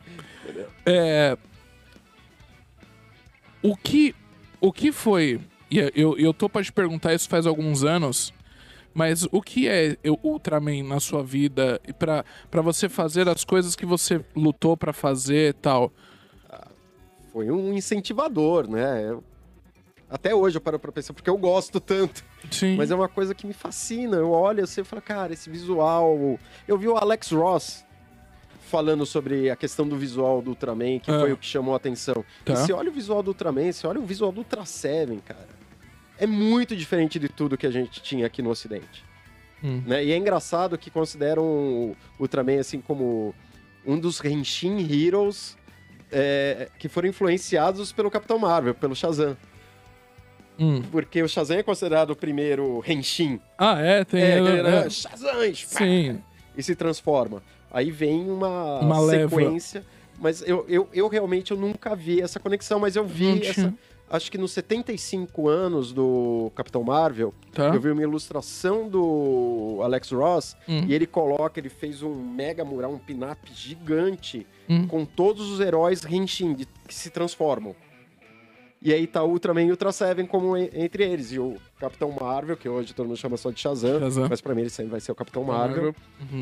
O que foi... Eu tô pra te perguntar isso faz alguns anos, mas o que é o Ultraman na sua vida? Pra você fazer as coisas que você lutou pra fazer e tal... Foi um incentivador, né? Até hoje eu paro pra pensar, porque eu gosto tanto. Sim. Mas é uma coisa que me fascina. Eu olho assim e falo, cara, esse visual... Eu vi o Alex Ross falando sobre a questão do visual do Ultraman, que foi o que chamou a atenção. Tá. E você olha o visual do Ultraman, você olha o visual do Ultra Seven, cara. É muito diferente de tudo que a gente tinha aqui no Ocidente. Né? E é engraçado que consideram o Ultraman assim como um dos Henshin Heroes... que foram influenciados pelo Capitão Marvel, pelo Shazam. Porque o Shazam é considerado o primeiro Henshin. Tem... Shazam! Sim. E se transforma. Aí vem uma sequência. Leva. Mas eu realmente nunca vi essa conexão, mas eu vi acho que nos 75 anos do Capitão Marvel, eu vi uma ilustração do Alex Ross, e ele fez um mega mural, um pin-up gigante, com todos os heróis Henshin, que se transformam. E aí tá o Ultraman e o Ultra Seven como entre eles. E o Capitão Marvel, que hoje todo mundo chama só de Shazam. Mas pra mim ele sempre vai ser o Capitão Marvel.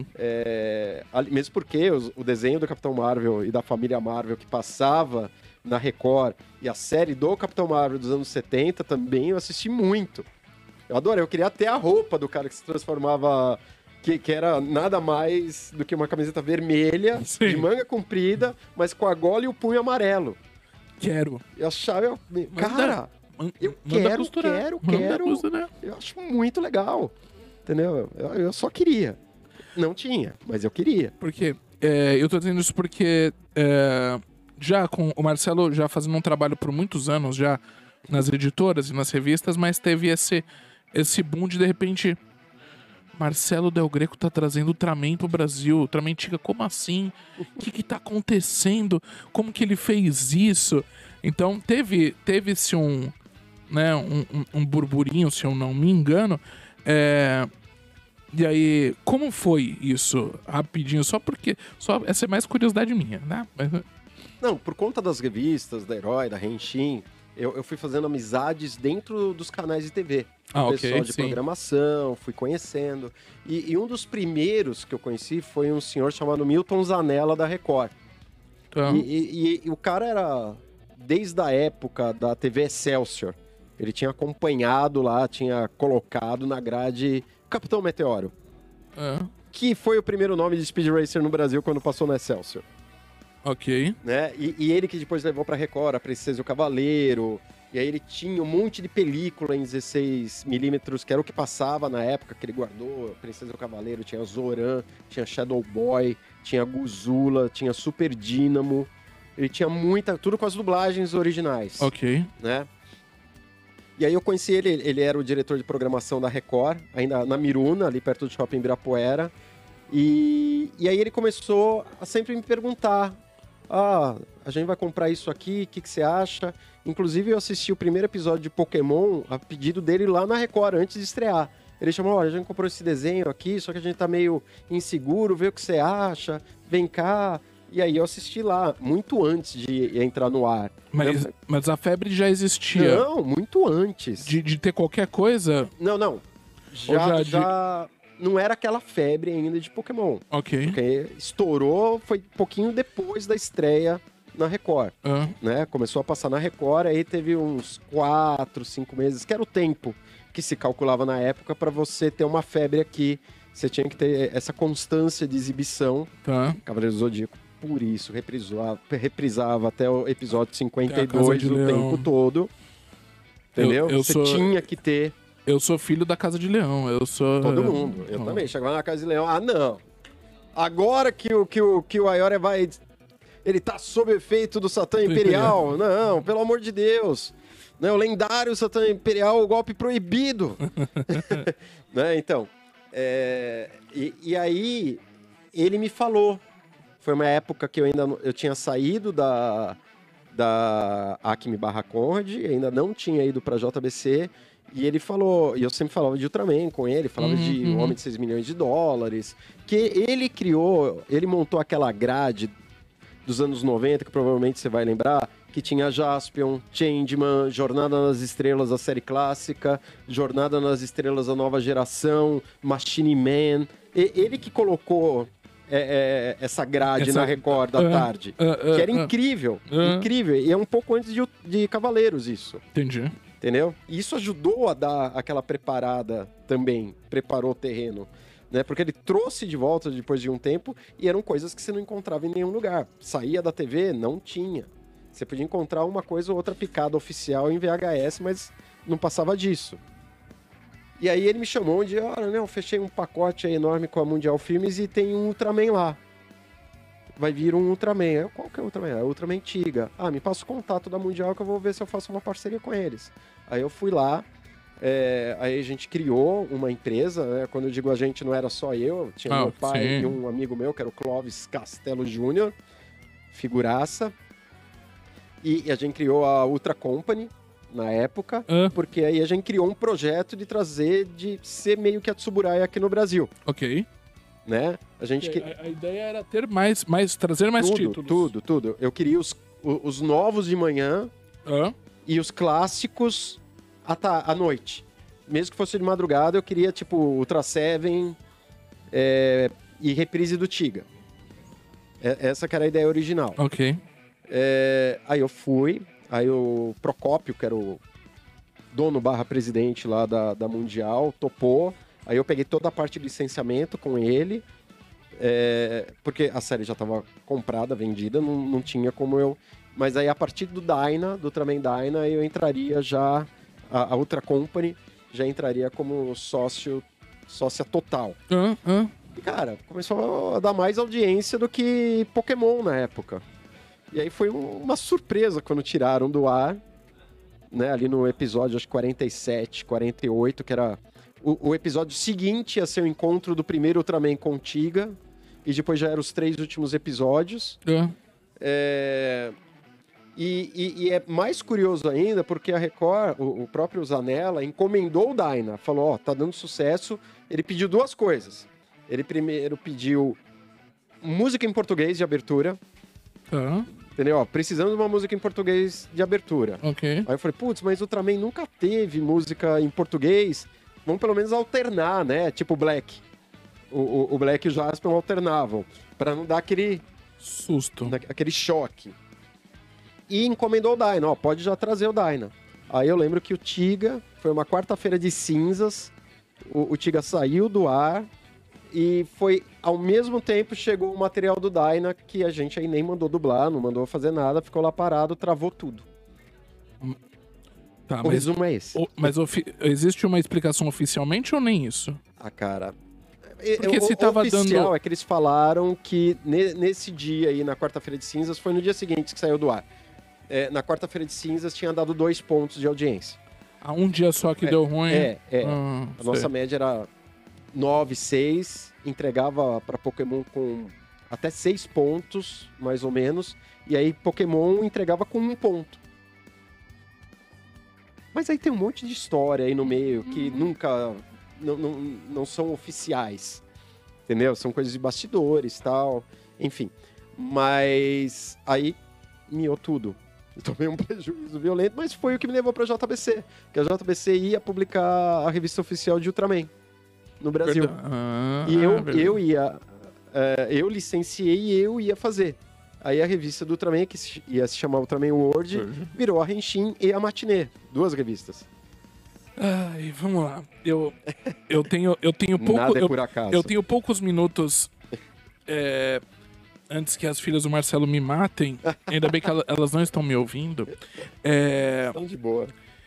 Mesmo porque o desenho do Capitão Marvel e da família Marvel que passava na Record e a série do Capitão Marvel dos anos 70 também eu assisti muito. Eu adorei, eu queria ter a roupa do cara que se transformava... Que era nada mais do que uma camiseta vermelha, de manga comprida, mas com a gola e o punho amarelo. Quero. Eu achava... Cara, eu quero. Eu acho muito legal. Entendeu? Eu só queria. Não tinha, mas eu queria. Porque eu tô dizendo isso porque já com o Marcelo já fazendo um trabalho por muitos anos já nas editoras e nas revistas, mas teve esse boom de repente... Marcelo Del Greco tá trazendo Ultraman pro Brasil. Ultraman Tiga, como assim? O que tá acontecendo? Como que ele fez isso? Então teve-se um burburinho, se eu não me engano. E aí, como foi isso? Rapidinho, essa é mais curiosidade minha, né? Não, por conta das revistas, da Herói, da Henshin, eu fui fazendo amizades dentro dos canais de TV. Pessoal de programação, fui conhecendo. E um dos primeiros que eu conheci foi um senhor chamado Milton Zanella, da Record. E o cara era, desde a época da TV Excelsior, Ele tinha acompanhado lá, tinha colocado na grade Capitão Meteoro. Que foi o primeiro nome de Speed Racer no Brasil quando passou no Excelsior. Ok. Né? E ele que depois levou pra Record, a Princesa e o Cavaleiro. E aí ele tinha um monte de película em 16mm, que era o que passava na época, que ele guardou. Princesa e o Cavaleiro, tinha Zoran, tinha Shadow Boy, tinha Guzula, tinha Super Dínamo. Ele tinha tudo com as dublagens originais. Ok. Né? E aí eu conheci ele era o diretor de programação da Record, ainda na Miruna, ali perto do Shopping Ibirapuera. E aí ele começou a sempre me perguntar: a gente vai comprar isso aqui, o que você acha? Inclusive eu assisti o primeiro episódio de Pokémon a pedido dele lá na Record, antes de estrear. Ele chamou: olha, a gente comprou esse desenho aqui, só que a gente tá meio inseguro, vê o que você acha, vem cá. E aí eu assisti lá, muito antes de entrar no ar. Mas a febre já existia? Não, muito antes. De ter qualquer coisa? Não. Já não era aquela febre ainda de Pokémon. Ok. Porque estourou, foi um pouquinho depois da estreia na Record. Né? Começou a passar na Record, aí teve uns 4, 5 meses, que era o tempo que se calculava na época para você ter uma febre aqui. Você tinha que ter essa constância de exibição. Tá. Cavaleiro do Zodíaco, por isso, reprisava até o episódio 52 o tempo todo. Entendeu? Você tinha que ter. Eu sou filho da Casa de Leão. Eu sou. Todo mundo. Eu também. Chegava na Casa de Leão. Ah, não. Agora que o Ayora vai. Ele tá sob efeito do Satã Imperial. Não, pelo amor de Deus. Né, o lendário Satã Imperial, o golpe proibido. Né, então. E aí, ele me falou. Foi uma época que eu tinha saído da Acme /Conrad, ainda não tinha ido pra JBC. E ele falou, e eu sempre falava de Ultraman com ele, falava de O Homem de 6 milhões de dólares, que ele montou aquela grade dos anos 90, que provavelmente você vai lembrar, que tinha Jaspion, Changeman, Jornada nas Estrelas, a série clássica, Jornada nas Estrelas, a nova geração, Machine Man. Ele que colocou essa grade na Record da tarde, que era incrível, incrível. E é um pouco antes de Cavaleiros isso. Entendi. Entendeu? E isso ajudou a dar aquela preparada também, preparou o terreno, né? Porque ele trouxe de volta depois de um tempo e eram coisas que você não encontrava em nenhum lugar. Saía da TV, não tinha. Você podia encontrar uma coisa ou outra picada oficial em VHS, mas não passava disso. E aí ele me chamou um dia, olha, eu fechei um pacote aí enorme com a Mundial Filmes e tem um Ultraman lá. Vai vir um Ultraman. Qual que é o Ultraman? É o Ultraman Tiga. Me passa o contato da Mundial que eu vou ver se eu faço uma parceria com eles. Aí eu fui lá, aí a gente criou uma empresa, né? Quando eu digo a gente, não era só eu, tinha meu pai e um amigo meu, que era o Clóvis Castelo Júnior, figuraça. E a gente criou a Ultra Company na época, porque aí a gente criou um projeto de ser meio que a Tsuburaya aqui no Brasil. Ok. Né? A ideia era ter trazer mais títulos. Tudo. Eu queria os novos de manhã e os clássicos à noite. Mesmo que fosse de madrugada, eu queria, tipo, Ultra Seven e reprise do Tiga. Essa que era a ideia original. Ok. Aí eu fui, aí o Procópio, que era o dono / presidente lá da Mundial, topou. Aí eu peguei toda a parte de licenciamento com ele, porque a série já estava comprada, vendida, não tinha como eu... Mas aí a partir do Ultraman Dyna, eu entraria já, a Ultra Company já entraria como sócia total. E cara, começou a dar mais audiência do que Pokémon na época. E aí foi uma surpresa quando tiraram do ar, né, ali no episódio, acho que 47, 48, que era... O episódio seguinte ia ser o encontro do primeiro Ultraman com Tiga, e depois já eram os 3 últimos episódios. E é mais curioso ainda, porque a Record, o próprio Zanella, encomendou o Dyna, falou, tá dando sucesso. Ele pediu 2 coisas. Ele primeiro pediu música em português de abertura. Entendeu? Precisamos de uma música em português de abertura. Ok. Aí eu falei, putz, mas o Ultraman nunca teve música em português. Vamos pelo menos alternar, né? Tipo o Black. O Black e o Jaspion alternavam. Pra não dar aquele... susto. Aquele choque. E encomendou o Dyna. Pode já trazer o Dyna. Aí eu lembro que o Tiga, foi uma quarta-feira de cinzas, o Tiga saiu do ar e foi, ao mesmo tempo, chegou o material do Dyna, que a gente aí nem mandou dublar, não mandou fazer nada, ficou lá parado, travou tudo. Tá, o resumo é esse. Mas existe uma explicação oficialmente ou nem isso? Ah, cara... Porque se tava oficial dando... é que eles falaram que nesse dia aí, na quarta-feira de cinzas, foi no dia seguinte que saiu do ar. Na quarta-feira de cinzas tinha dado 2 pontos de audiência. Há um dia só que deu ruim? A nossa média era 9, 6, entregava para Pokémon com até 6 pontos, mais ou menos, e aí Pokémon entregava com 1 ponto. Mas aí tem um monte de história aí no meio que nunca... Não são oficiais, entendeu? São coisas de bastidores e tal, enfim. Mas aí miou tudo. Eu tomei um prejuízo violento, mas foi o que me levou para a JBC. Que a JBC ia publicar a revista oficial de Ultraman no Brasil. E eu licenciei e eu ia fazer. Aí a revista do Ultraman, que ia se chamar Ultraman World, virou a Henshin e a Matinê, 2 revistas. Ai, vamos lá. Eu tenho pouco. Nada é por acaso. Eu tenho poucos minutos antes que as filhas do Marcelo me matem. Ainda bem que elas não estão me ouvindo. Estão de boa.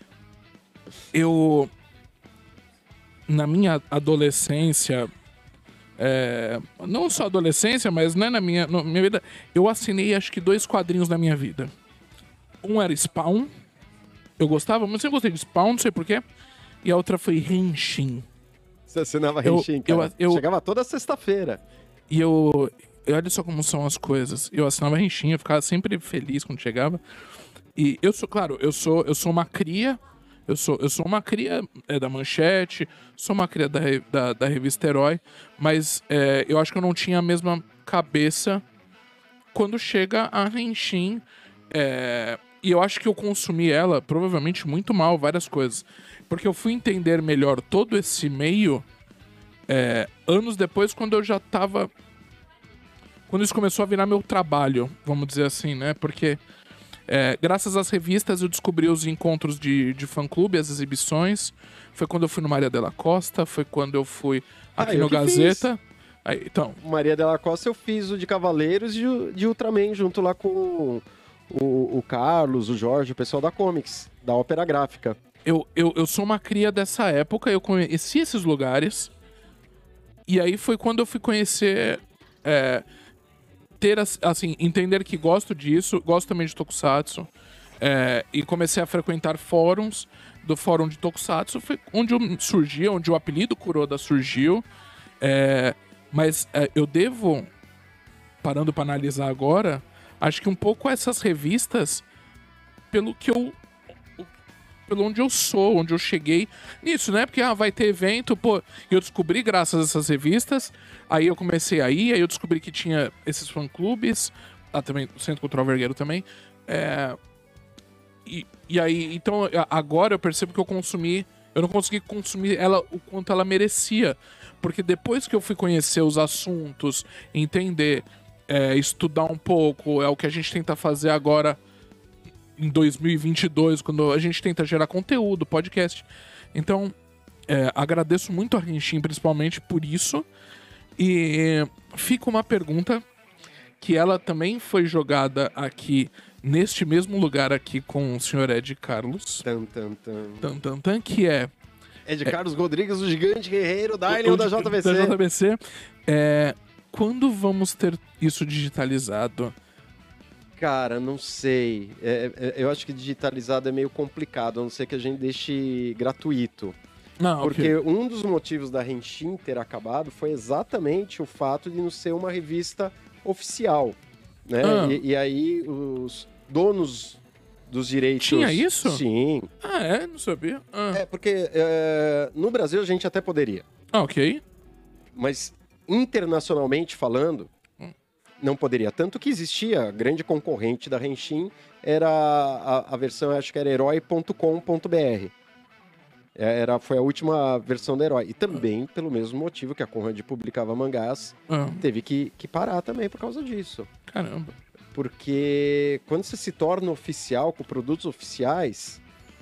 Na minha adolescência, não só adolescência, mas né, na minha vida, eu assinei acho que 2 quadrinhos na minha vida. Um era Spawn. Eu gostava, mas eu gostei de Spawn, não sei porquê. E a outra foi Henshin. Você assinava Henshin, cara? Chegava toda sexta-feira. E olha só como são as coisas. Eu assinava Henshin, eu ficava sempre feliz quando chegava. E eu sou uma cria. Eu sou uma cria da Manchete, sou uma cria da revista Herói, mas eu acho que eu não tinha a mesma cabeça quando chega a Henshin. E eu acho que eu consumi ela, provavelmente, muito mal, várias coisas. Porque eu fui entender melhor todo esse meio anos depois, quando eu já tava... Quando isso começou a virar meu trabalho, vamos dizer assim, né? Porque graças às revistas eu descobri os encontros de fã-clube, as exibições. Foi quando eu fui no Maria Della Costa, foi quando eu fui aqui no Gazeta. Aí, então... Maria Della Costa eu fiz o de Cavaleiros e o de Ultraman, junto lá com... O Carlos, o Jorge, o pessoal da Comics, da Ópera Gráfica. Eu sou uma cria dessa época, eu conheci esses lugares. E aí foi quando eu fui conhecer... entender que gosto disso, gosto também de Tokusatsu. E comecei a frequentar fóruns. Do fórum de Tokusatsu foi onde onde o apelido Kuroda surgiu. Mas eu devo, parando para analisar agora... Acho que um pouco essas revistas, pelo onde eu sou, onde eu cheguei nisso, né? Porque vai ter evento, eu descobri graças a essas revistas, aí eu comecei aí eu descobri que tinha esses fã-clubes, também o Centro Cultural Vergueiro também, e aí, então, agora eu percebo que eu não consegui consumir ela o quanto ela merecia, porque depois que eu fui conhecer os assuntos, entender... estudar um pouco, é o que a gente tenta fazer agora em 2022, quando a gente tenta gerar conteúdo, podcast. Então, agradeço muito a Henshin, principalmente por isso. E fica uma pergunta, que ela também foi jogada aqui, neste mesmo lugar aqui com o senhor Ed Carlos. Que é... Ed Carlos Rodrigues, o gigante guerreiro, Dylion da JBC. Da JBC. Quando vamos ter isso digitalizado? Cara, não sei. Eu acho que digitalizado é meio complicado, a não ser que a gente deixe gratuito. Porque um dos motivos da Henshin ter acabado foi exatamente o fato de não ser uma revista oficial. Né? E aí os donos dos direitos... Tinha isso? Sim. Não sabia. Porque no Brasil a gente até poderia. Ok. Mas... internacionalmente falando, não poderia. Tanto que existia, a grande concorrente da Henshin era a versão, acho que era herói.com.br. Foi a última versão da Herói. E também, pelo mesmo motivo que a Conrad publicava mangás, teve que parar também por causa disso. Caramba. Porque quando você se torna oficial, com produtos oficiais,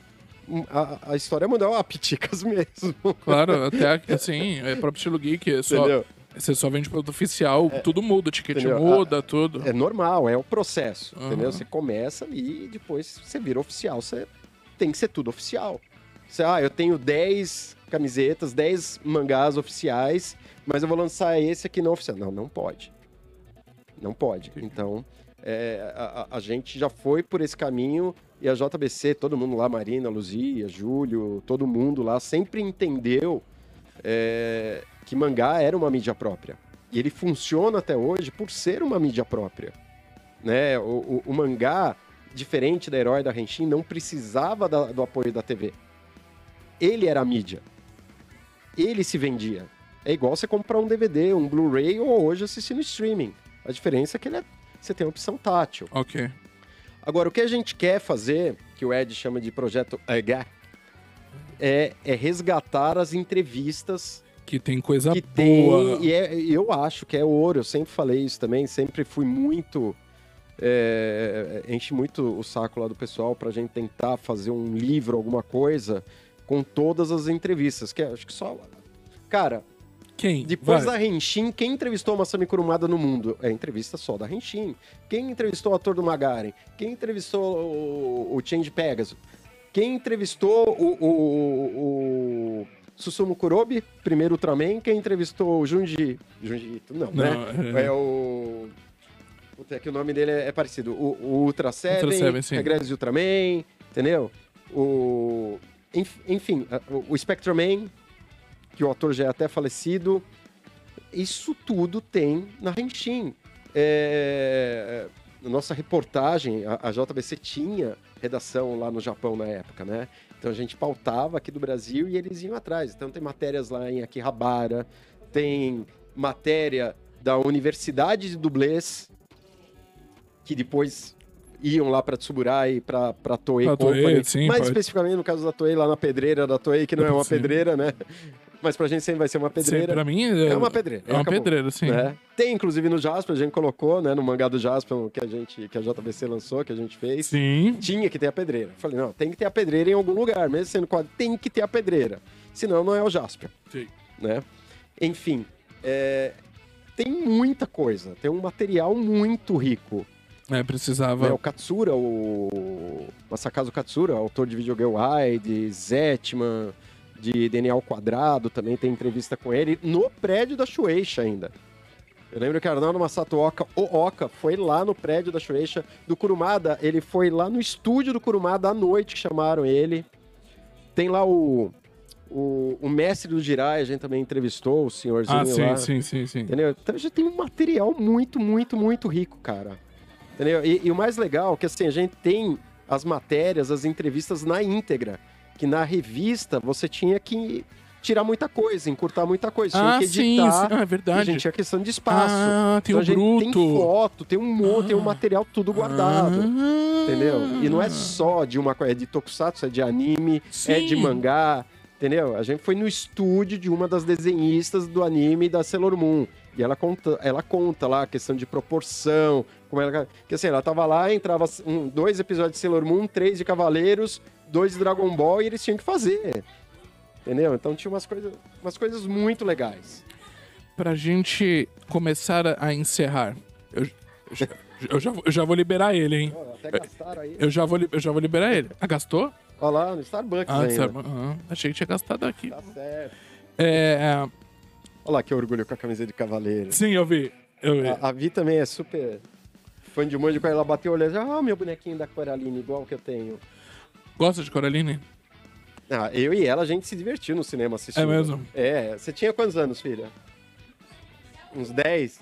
a história mudou a piticas mesmo. Claro, até assim, é próprio estilo geek, você só vende produto oficial, tudo muda, o ticket muda, tudo. É normal, é o processo, entendeu? Você começa ali e depois você vira oficial, você tem que ser tudo oficial. Eu tenho 10 camisetas, 10 mangás oficiais, mas eu vou lançar esse aqui não oficial. Não pode. Não pode. Então, a gente já foi por esse caminho e a JBC, todo mundo lá, Marina, Luzia, Júlio, todo mundo lá, sempre entendeu que mangá era uma mídia própria. E ele funciona até hoje por ser uma mídia própria. Né? O mangá, diferente da Herói da Henshin, não precisava do apoio da TV. Ele era a mídia. Ele se vendia. É igual você comprar um DVD, um Blu-ray ou hoje assistir no streaming. A diferença é que você tem a opção tátil. Ok. Agora, o que a gente quer fazer, que o Ed chama de projeto H, é resgatar as entrevistas que tem coisa boa. Eu acho que é ouro, eu sempre falei isso também, sempre fui muito... enche muito o saco lá do pessoal pra gente tentar fazer um livro, alguma coisa, com todas as entrevistas, que acho que só... Cara, depois da Henshin, quem entrevistou a Masami Kurumada no mundo? É entrevista só da Henshin. Quem entrevistou o ator do Magaren? Quem entrevistou o Change Pegasus? Quem entrevistou o Susumu Kurobi, primeiro Ultraman? Quem entrevistou o Junji Ito? Não, né? É o... Puta, é que o nome dele é parecido. O Ultra Seven, Regress Ultraman, entendeu? Enfim, o Spectreman, que o ator já é até falecido. Isso tudo tem na Henshin. Na nossa reportagem, a JBC tinha redação lá no Japão na época, né? Então a gente pautava aqui do Brasil e eles iam atrás. Então tem matérias lá em Akihabara, tem matéria da Universidade de Dublês, que depois iam lá para Tsuburai e para Toei Company. Mais especificamente no caso da Toei, lá na pedreira da Toei, que não é uma pedreira, né? Mas pra gente sempre vai ser uma pedreira. Sim, pra mim é uma pedreira. É uma pedreira, sim. Né? Tem, inclusive, no Jaspion, a gente colocou, né? No mangá do Jaspion, que a JBC lançou, que a gente fez. Sim. Tinha que ter a pedreira. Falei, não, tem que ter a pedreira em algum lugar. Mesmo sendo quadro, tem que ter a pedreira. Senão, não é o Jaspion. Sim. Né? Enfim, tem muita coisa. Tem um material muito rico. Precisava... O Katsura, o Masakazu Katsura, autor de Video Girl Wide, Zetman... de DNA ao Quadrado, também tem entrevista com ele, no prédio da Shueisha ainda. Eu lembro que Arnaldo Masato Oka foi lá no prédio da Shueisha, do Kurumada, ele foi lá no estúdio do Kurumada à noite, que chamaram ele. Tem lá o mestre do Jirai, a gente também entrevistou, o senhorzinho lá. Sim. Entendeu? Então já tem um material muito, muito, muito rico, cara. Entendeu? E o mais legal é que assim, a gente tem as matérias, as entrevistas na íntegra. Que na revista você tinha que tirar muita coisa, encurtar muita coisa. Tinha que editar. Sim. É verdade. A gente tinha questão de espaço. Tem então, tem foto, tem tem um material tudo guardado. Entendeu? E não é só de uma coisa, é de tokusatsu, é de anime, é de mangá. Entendeu? A gente foi no estúdio de uma das desenhistas do anime da Sailor Moon. E ela conta lá a questão de proporção, como ela... Que assim, ela tava lá, entrava 2 episódios de Sailor Moon, 3 de Cavaleiros, 2 de Dragon Ball, e eles tinham que fazer. Entendeu? Então tinha umas coisas muito legais. Pra gente começar a encerrar, eu já vou liberar ele, hein? Até gastaram aí. Eu já vou liberar ele. Gastou? Olha lá, no Starbucks ainda. Achei que tinha gastado aqui. Tá certo. Olha lá que orgulho com a camisa de Cavaleiro. Sim, eu vi. A Vi também é super fã de um monte de coisa. Ela bateu o olho e meu bonequinho da Coraline, igual que eu tenho. Gosta de Coraline? Eu e ela, a gente se divertiu no cinema assistindo. É mesmo? Você tinha quantos anos, filha? Uns 10?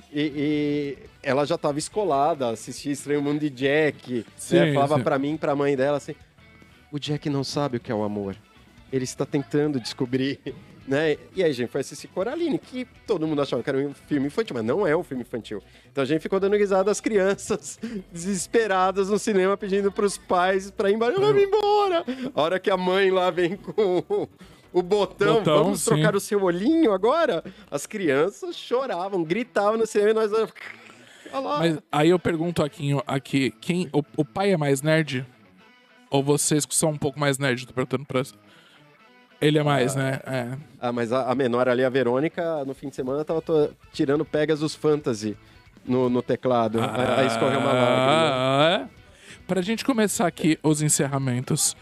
E ela já tava escolada, assistia Estranho Mundo de Jack. Sim, falava pra mim e pra mãe dela assim, o Jack não sabe o que é o amor. Ele está tentando descobrir, né? E aí a gente foi assistir Coraline, que todo mundo achava que era um filme infantil, mas não é um filme infantil. Então a gente ficou dando risada às crianças desesperadas no cinema, pedindo pros pais pra ir embora. Eu vou embora! A hora que a mãe lá vem com o botão, vamos trocar o seu olhinho agora? As crianças choravam, gritavam no cinema e nós... Mas aí eu pergunto aqui, o pai é mais nerd? Ou vocês que são um pouco mais nerd, tô perguntando pra... Ele é mais, né? Mas a menor ali, a Verônica, no fim de semana, tava tirando Pegasus Fantasy no teclado. Aí escorreu uma lágrima. Pra gente começar aqui os encerramentos,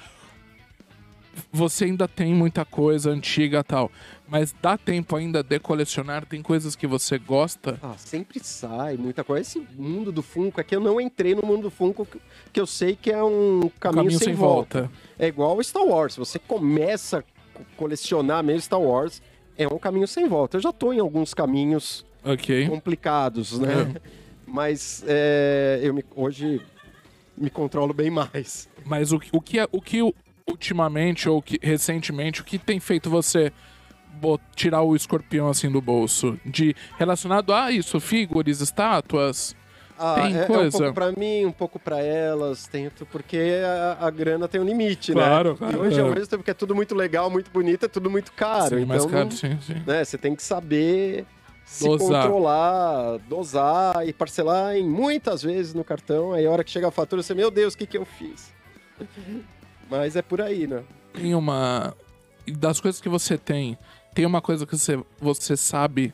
você ainda tem muita coisa antiga e tal, mas dá tempo ainda de colecionar? Tem coisas que você gosta? Sempre sai muita coisa. Esse mundo do Funko, é que eu não entrei no mundo do Funko, que eu sei que é um caminho sem volta. É igual o Star Wars. Se você começa colecionar mesmo Star Wars, é um caminho sem volta. Eu já tô em alguns caminhos complicados, né? Mas hoje me controlo bem mais. Mas o que ultimamente ou recentemente, o que tem feito você tirar o escorpião assim do bolso? Relacionado a isso, figures, estátuas... tem coisa. Um pouco pra mim, um pouco pra elas, porque a grana tem um limite, claro, né? Claro. E hoje, ao mesmo tempo que é tudo muito legal, muito bonito, é tudo muito caro. Sim, então, mais caro, sim. Né, você tem que saber se controlar, dosar e parcelar muitas vezes no cartão. Aí a hora que chega a fatura, você, meu Deus, o que eu fiz? Mas é por aí, né? Tem das coisas que você tem uma coisa que você sabe...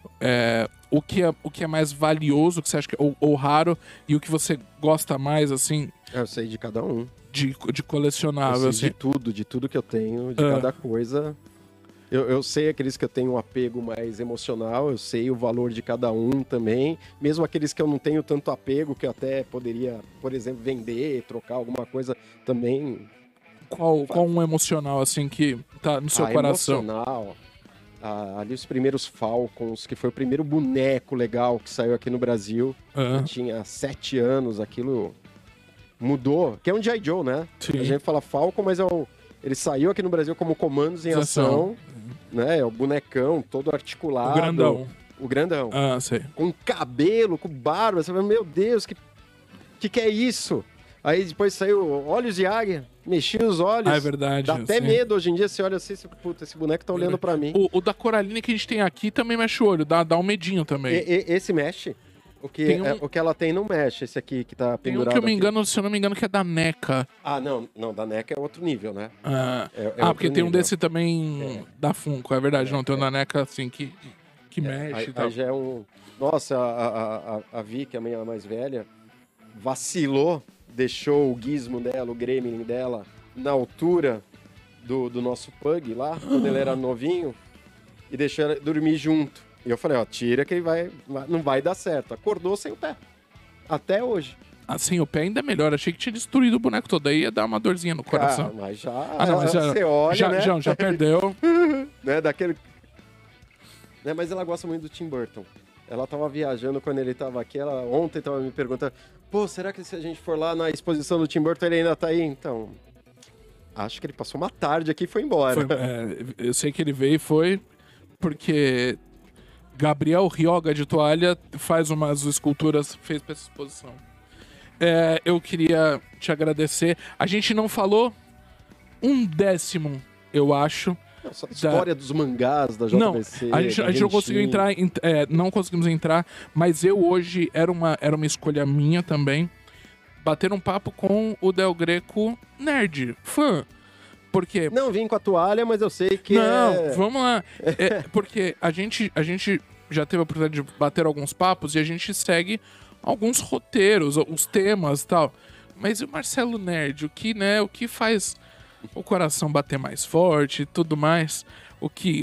o que é mais valioso, que você acha que ou raro, e o que você gosta mais, assim... Eu sei de cada um. De colecionável, eu assim. sei de tudo que eu tenho, de cada coisa. Eu sei aqueles que eu tenho um apego mais emocional, eu sei o valor de cada um também. Mesmo aqueles que eu não tenho tanto apego, que eu até poderia, por exemplo, vender, trocar alguma coisa também. Qual um emocional, assim, que tá no seu coração? Emocional... ali os primeiros Falcons, que foi o primeiro boneco legal que saiu aqui no Brasil. Eu tinha 7 anos, aquilo mudou. Que é um G.I. Joe, né? Sim. A gente fala Falcon, mas ele saiu aqui no Brasil como Comandos em Ação. Né? É o bonecão todo articulado. O grandão. Sei. Com cabelo, com barba. Você fala, meu Deus, que é isso? Aí depois saiu Olhos de Águia, mexi os olhos. É verdade. Dá até medo hoje em dia, você olha assim, puta, esse boneco tá olhando pra mim. O da Coraline que a gente tem aqui também mexe o olho, dá um medinho também. Esse mexe. O que ela tem não mexe, esse aqui que tá pendurado. Tem um se eu não me engano, que é da NECA. Não, da NECA é outro nível, né? Porque tem um desse também da Funko, é verdade. Tem um da NECA, assim, que mexe e tal. Aí já é Nossa, a Vicky, a minha mais velha, vacilou. Deixou o gizmo dela, o gremlin dela, na altura do nosso pug lá, quando ele era novinho, e deixou ela dormir junto. E eu falei, tira que não vai dar certo. Acordou sem o pé. Até hoje. Sem o pé ainda é melhor. Achei que tinha destruído o boneco todo. Aí ia dar uma dorzinha no coração. Mas você olha, né? Já perdeu. Né, né, mas ela gosta muito do Tim Burton. Ela tava viajando quando ele tava aqui, ontem tava me perguntando, será que se a gente for lá na exposição do Tim Burton, ele ainda tá aí? Então, acho que ele passou uma tarde aqui e foi embora. Eu sei que ele veio e foi porque Gabriel Rioga de Toalha faz umas esculturas, fez pra essa exposição. Eu queria te agradecer. A gente não falou 1/10, eu acho, a história dos mangás da JBC. Não, a gente não conseguiu entrar, não conseguimos entrar, mas hoje era uma escolha minha também, bater um papo com o Del Greco nerd, fã. Porque... Não vim com a toalha, mas eu sei que vamos lá. Porque a gente já teve a oportunidade de bater alguns papos e a gente segue alguns roteiros, os temas e tal. Mas o Marcelo Nerd, o que faz o coração bater mais forte e tudo mais, o que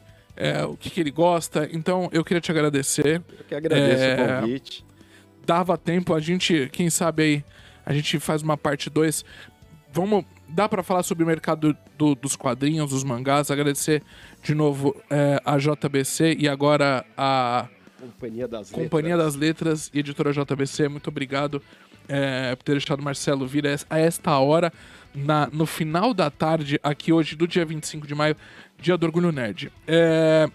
ele gosta. Então, eu queria te agradecer. Eu que agradeço o convite. Dava tempo, quem sabe aí, a gente faz uma parte 2. Dá pra falar sobre o mercado dos quadrinhos, dos mangás. Agradecer de novo a JBC e agora a Companhia das Letras e Editora JBC. Muito obrigado por ter deixado o Marcelo vir a esta hora, no final da tarde, aqui hoje, do dia 25 de maio, dia do Orgulho Nerd. É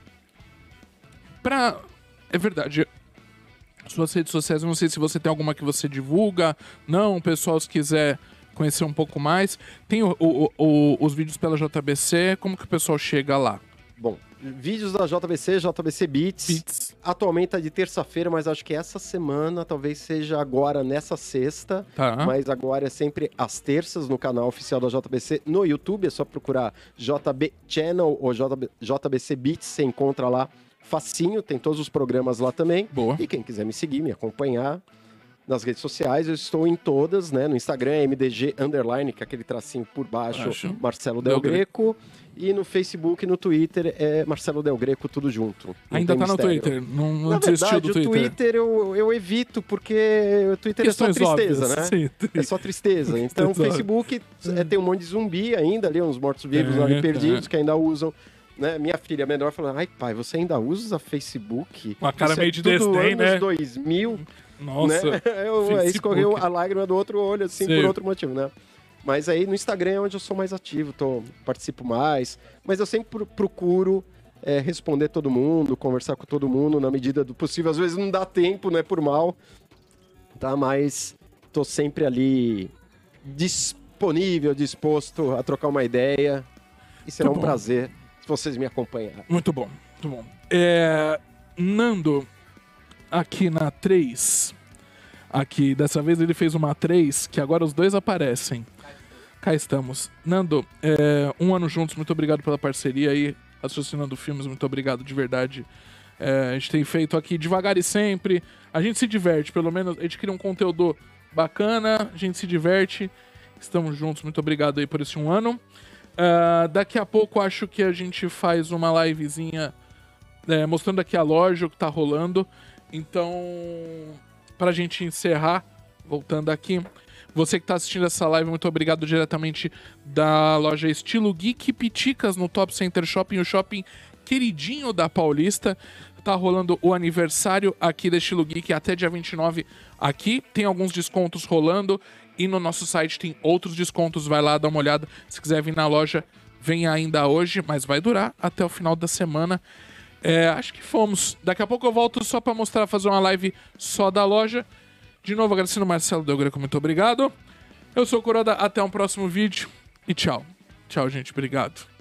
verdade, suas redes sociais, eu não sei se você tem alguma que você divulga. Não, o pessoal, se quiser conhecer um pouco mais, tem os vídeos pela JBC, como que o pessoal chega lá? Bom, Vídeos da JBC Beats. Atualmente tá de terça-feira, mas acho que essa semana talvez seja agora nessa sexta. Tá. Mas agora é sempre às terças no canal oficial da JBC no YouTube. É só procurar JB Channel ou JBC Beats, você encontra lá facinho. Tem todos os programas lá também. Boa. E quem quiser me seguir, me acompanhar nas redes sociais, eu estou em todas, né? No Instagram é MDG_, que é aquele tracinho por baixo, Marcelo Del Greco. E no Facebook e no Twitter é Marcelo Del Greco, tudo junto. Ainda tá mistério. no Twitter, não Na desistiu verdade, do Twitter. o Twitter eu evito, porque o Twitter Questões é só tristeza, óbvias, né? sim. É só tristeza. Então o Facebook tem um monte de zumbi ainda ali, uns mortos-vivos ali perdidos que ainda usam. Né? Minha filha menor falando, ai pai, você ainda usa Facebook? Uma cara isso meio de desdém, né? anos 2000. Nossa. Né? Aí escorreu a lágrima do outro olho, assim, por outro motivo, né? Mas aí no Instagram é onde eu sou mais ativo, participo mais. Mas eu sempre procuro responder todo mundo, conversar com todo mundo na medida do possível. Às vezes não dá tempo, não é por mal, tá? Mas tô sempre ali disponível, disposto a trocar uma ideia. E será um prazer se vocês me acompanharem. Muito bom, muito bom. Nando, aqui na 3. Aqui, dessa vez ele fez uma 3, que agora os dois aparecem. Cá estamos. Nando, 1 ano juntos, muito obrigado pela parceria aí. Associando Filmes, muito obrigado de verdade. A gente tem feito aqui devagar e sempre. A gente se diverte, pelo menos. A gente cria um conteúdo bacana, a gente se diverte. Estamos juntos, muito obrigado aí por esse 1 ano. Daqui a pouco acho que a gente faz uma livezinha mostrando aqui a loja, o que tá rolando. Então, pra gente encerrar, voltando aqui, você que tá assistindo essa live, muito obrigado diretamente da loja Estilo Geek Piticas no Top Center Shopping, o shopping queridinho da Paulista. Tá rolando o aniversário aqui da Estilo Geek até dia 29 aqui. Tem alguns descontos rolando. E no nosso site tem outros descontos, vai lá, dá uma olhada. Se quiser vir na loja, vem ainda hoje, mas vai durar até o final da semana. Acho que fomos. Daqui a pouco eu volto só pra mostrar, fazer uma live só da loja. De novo, agradecendo o Marcelo Del Greco, muito obrigado. Eu sou o Kuroda, até um próximo vídeo e tchau. Tchau, gente, obrigado.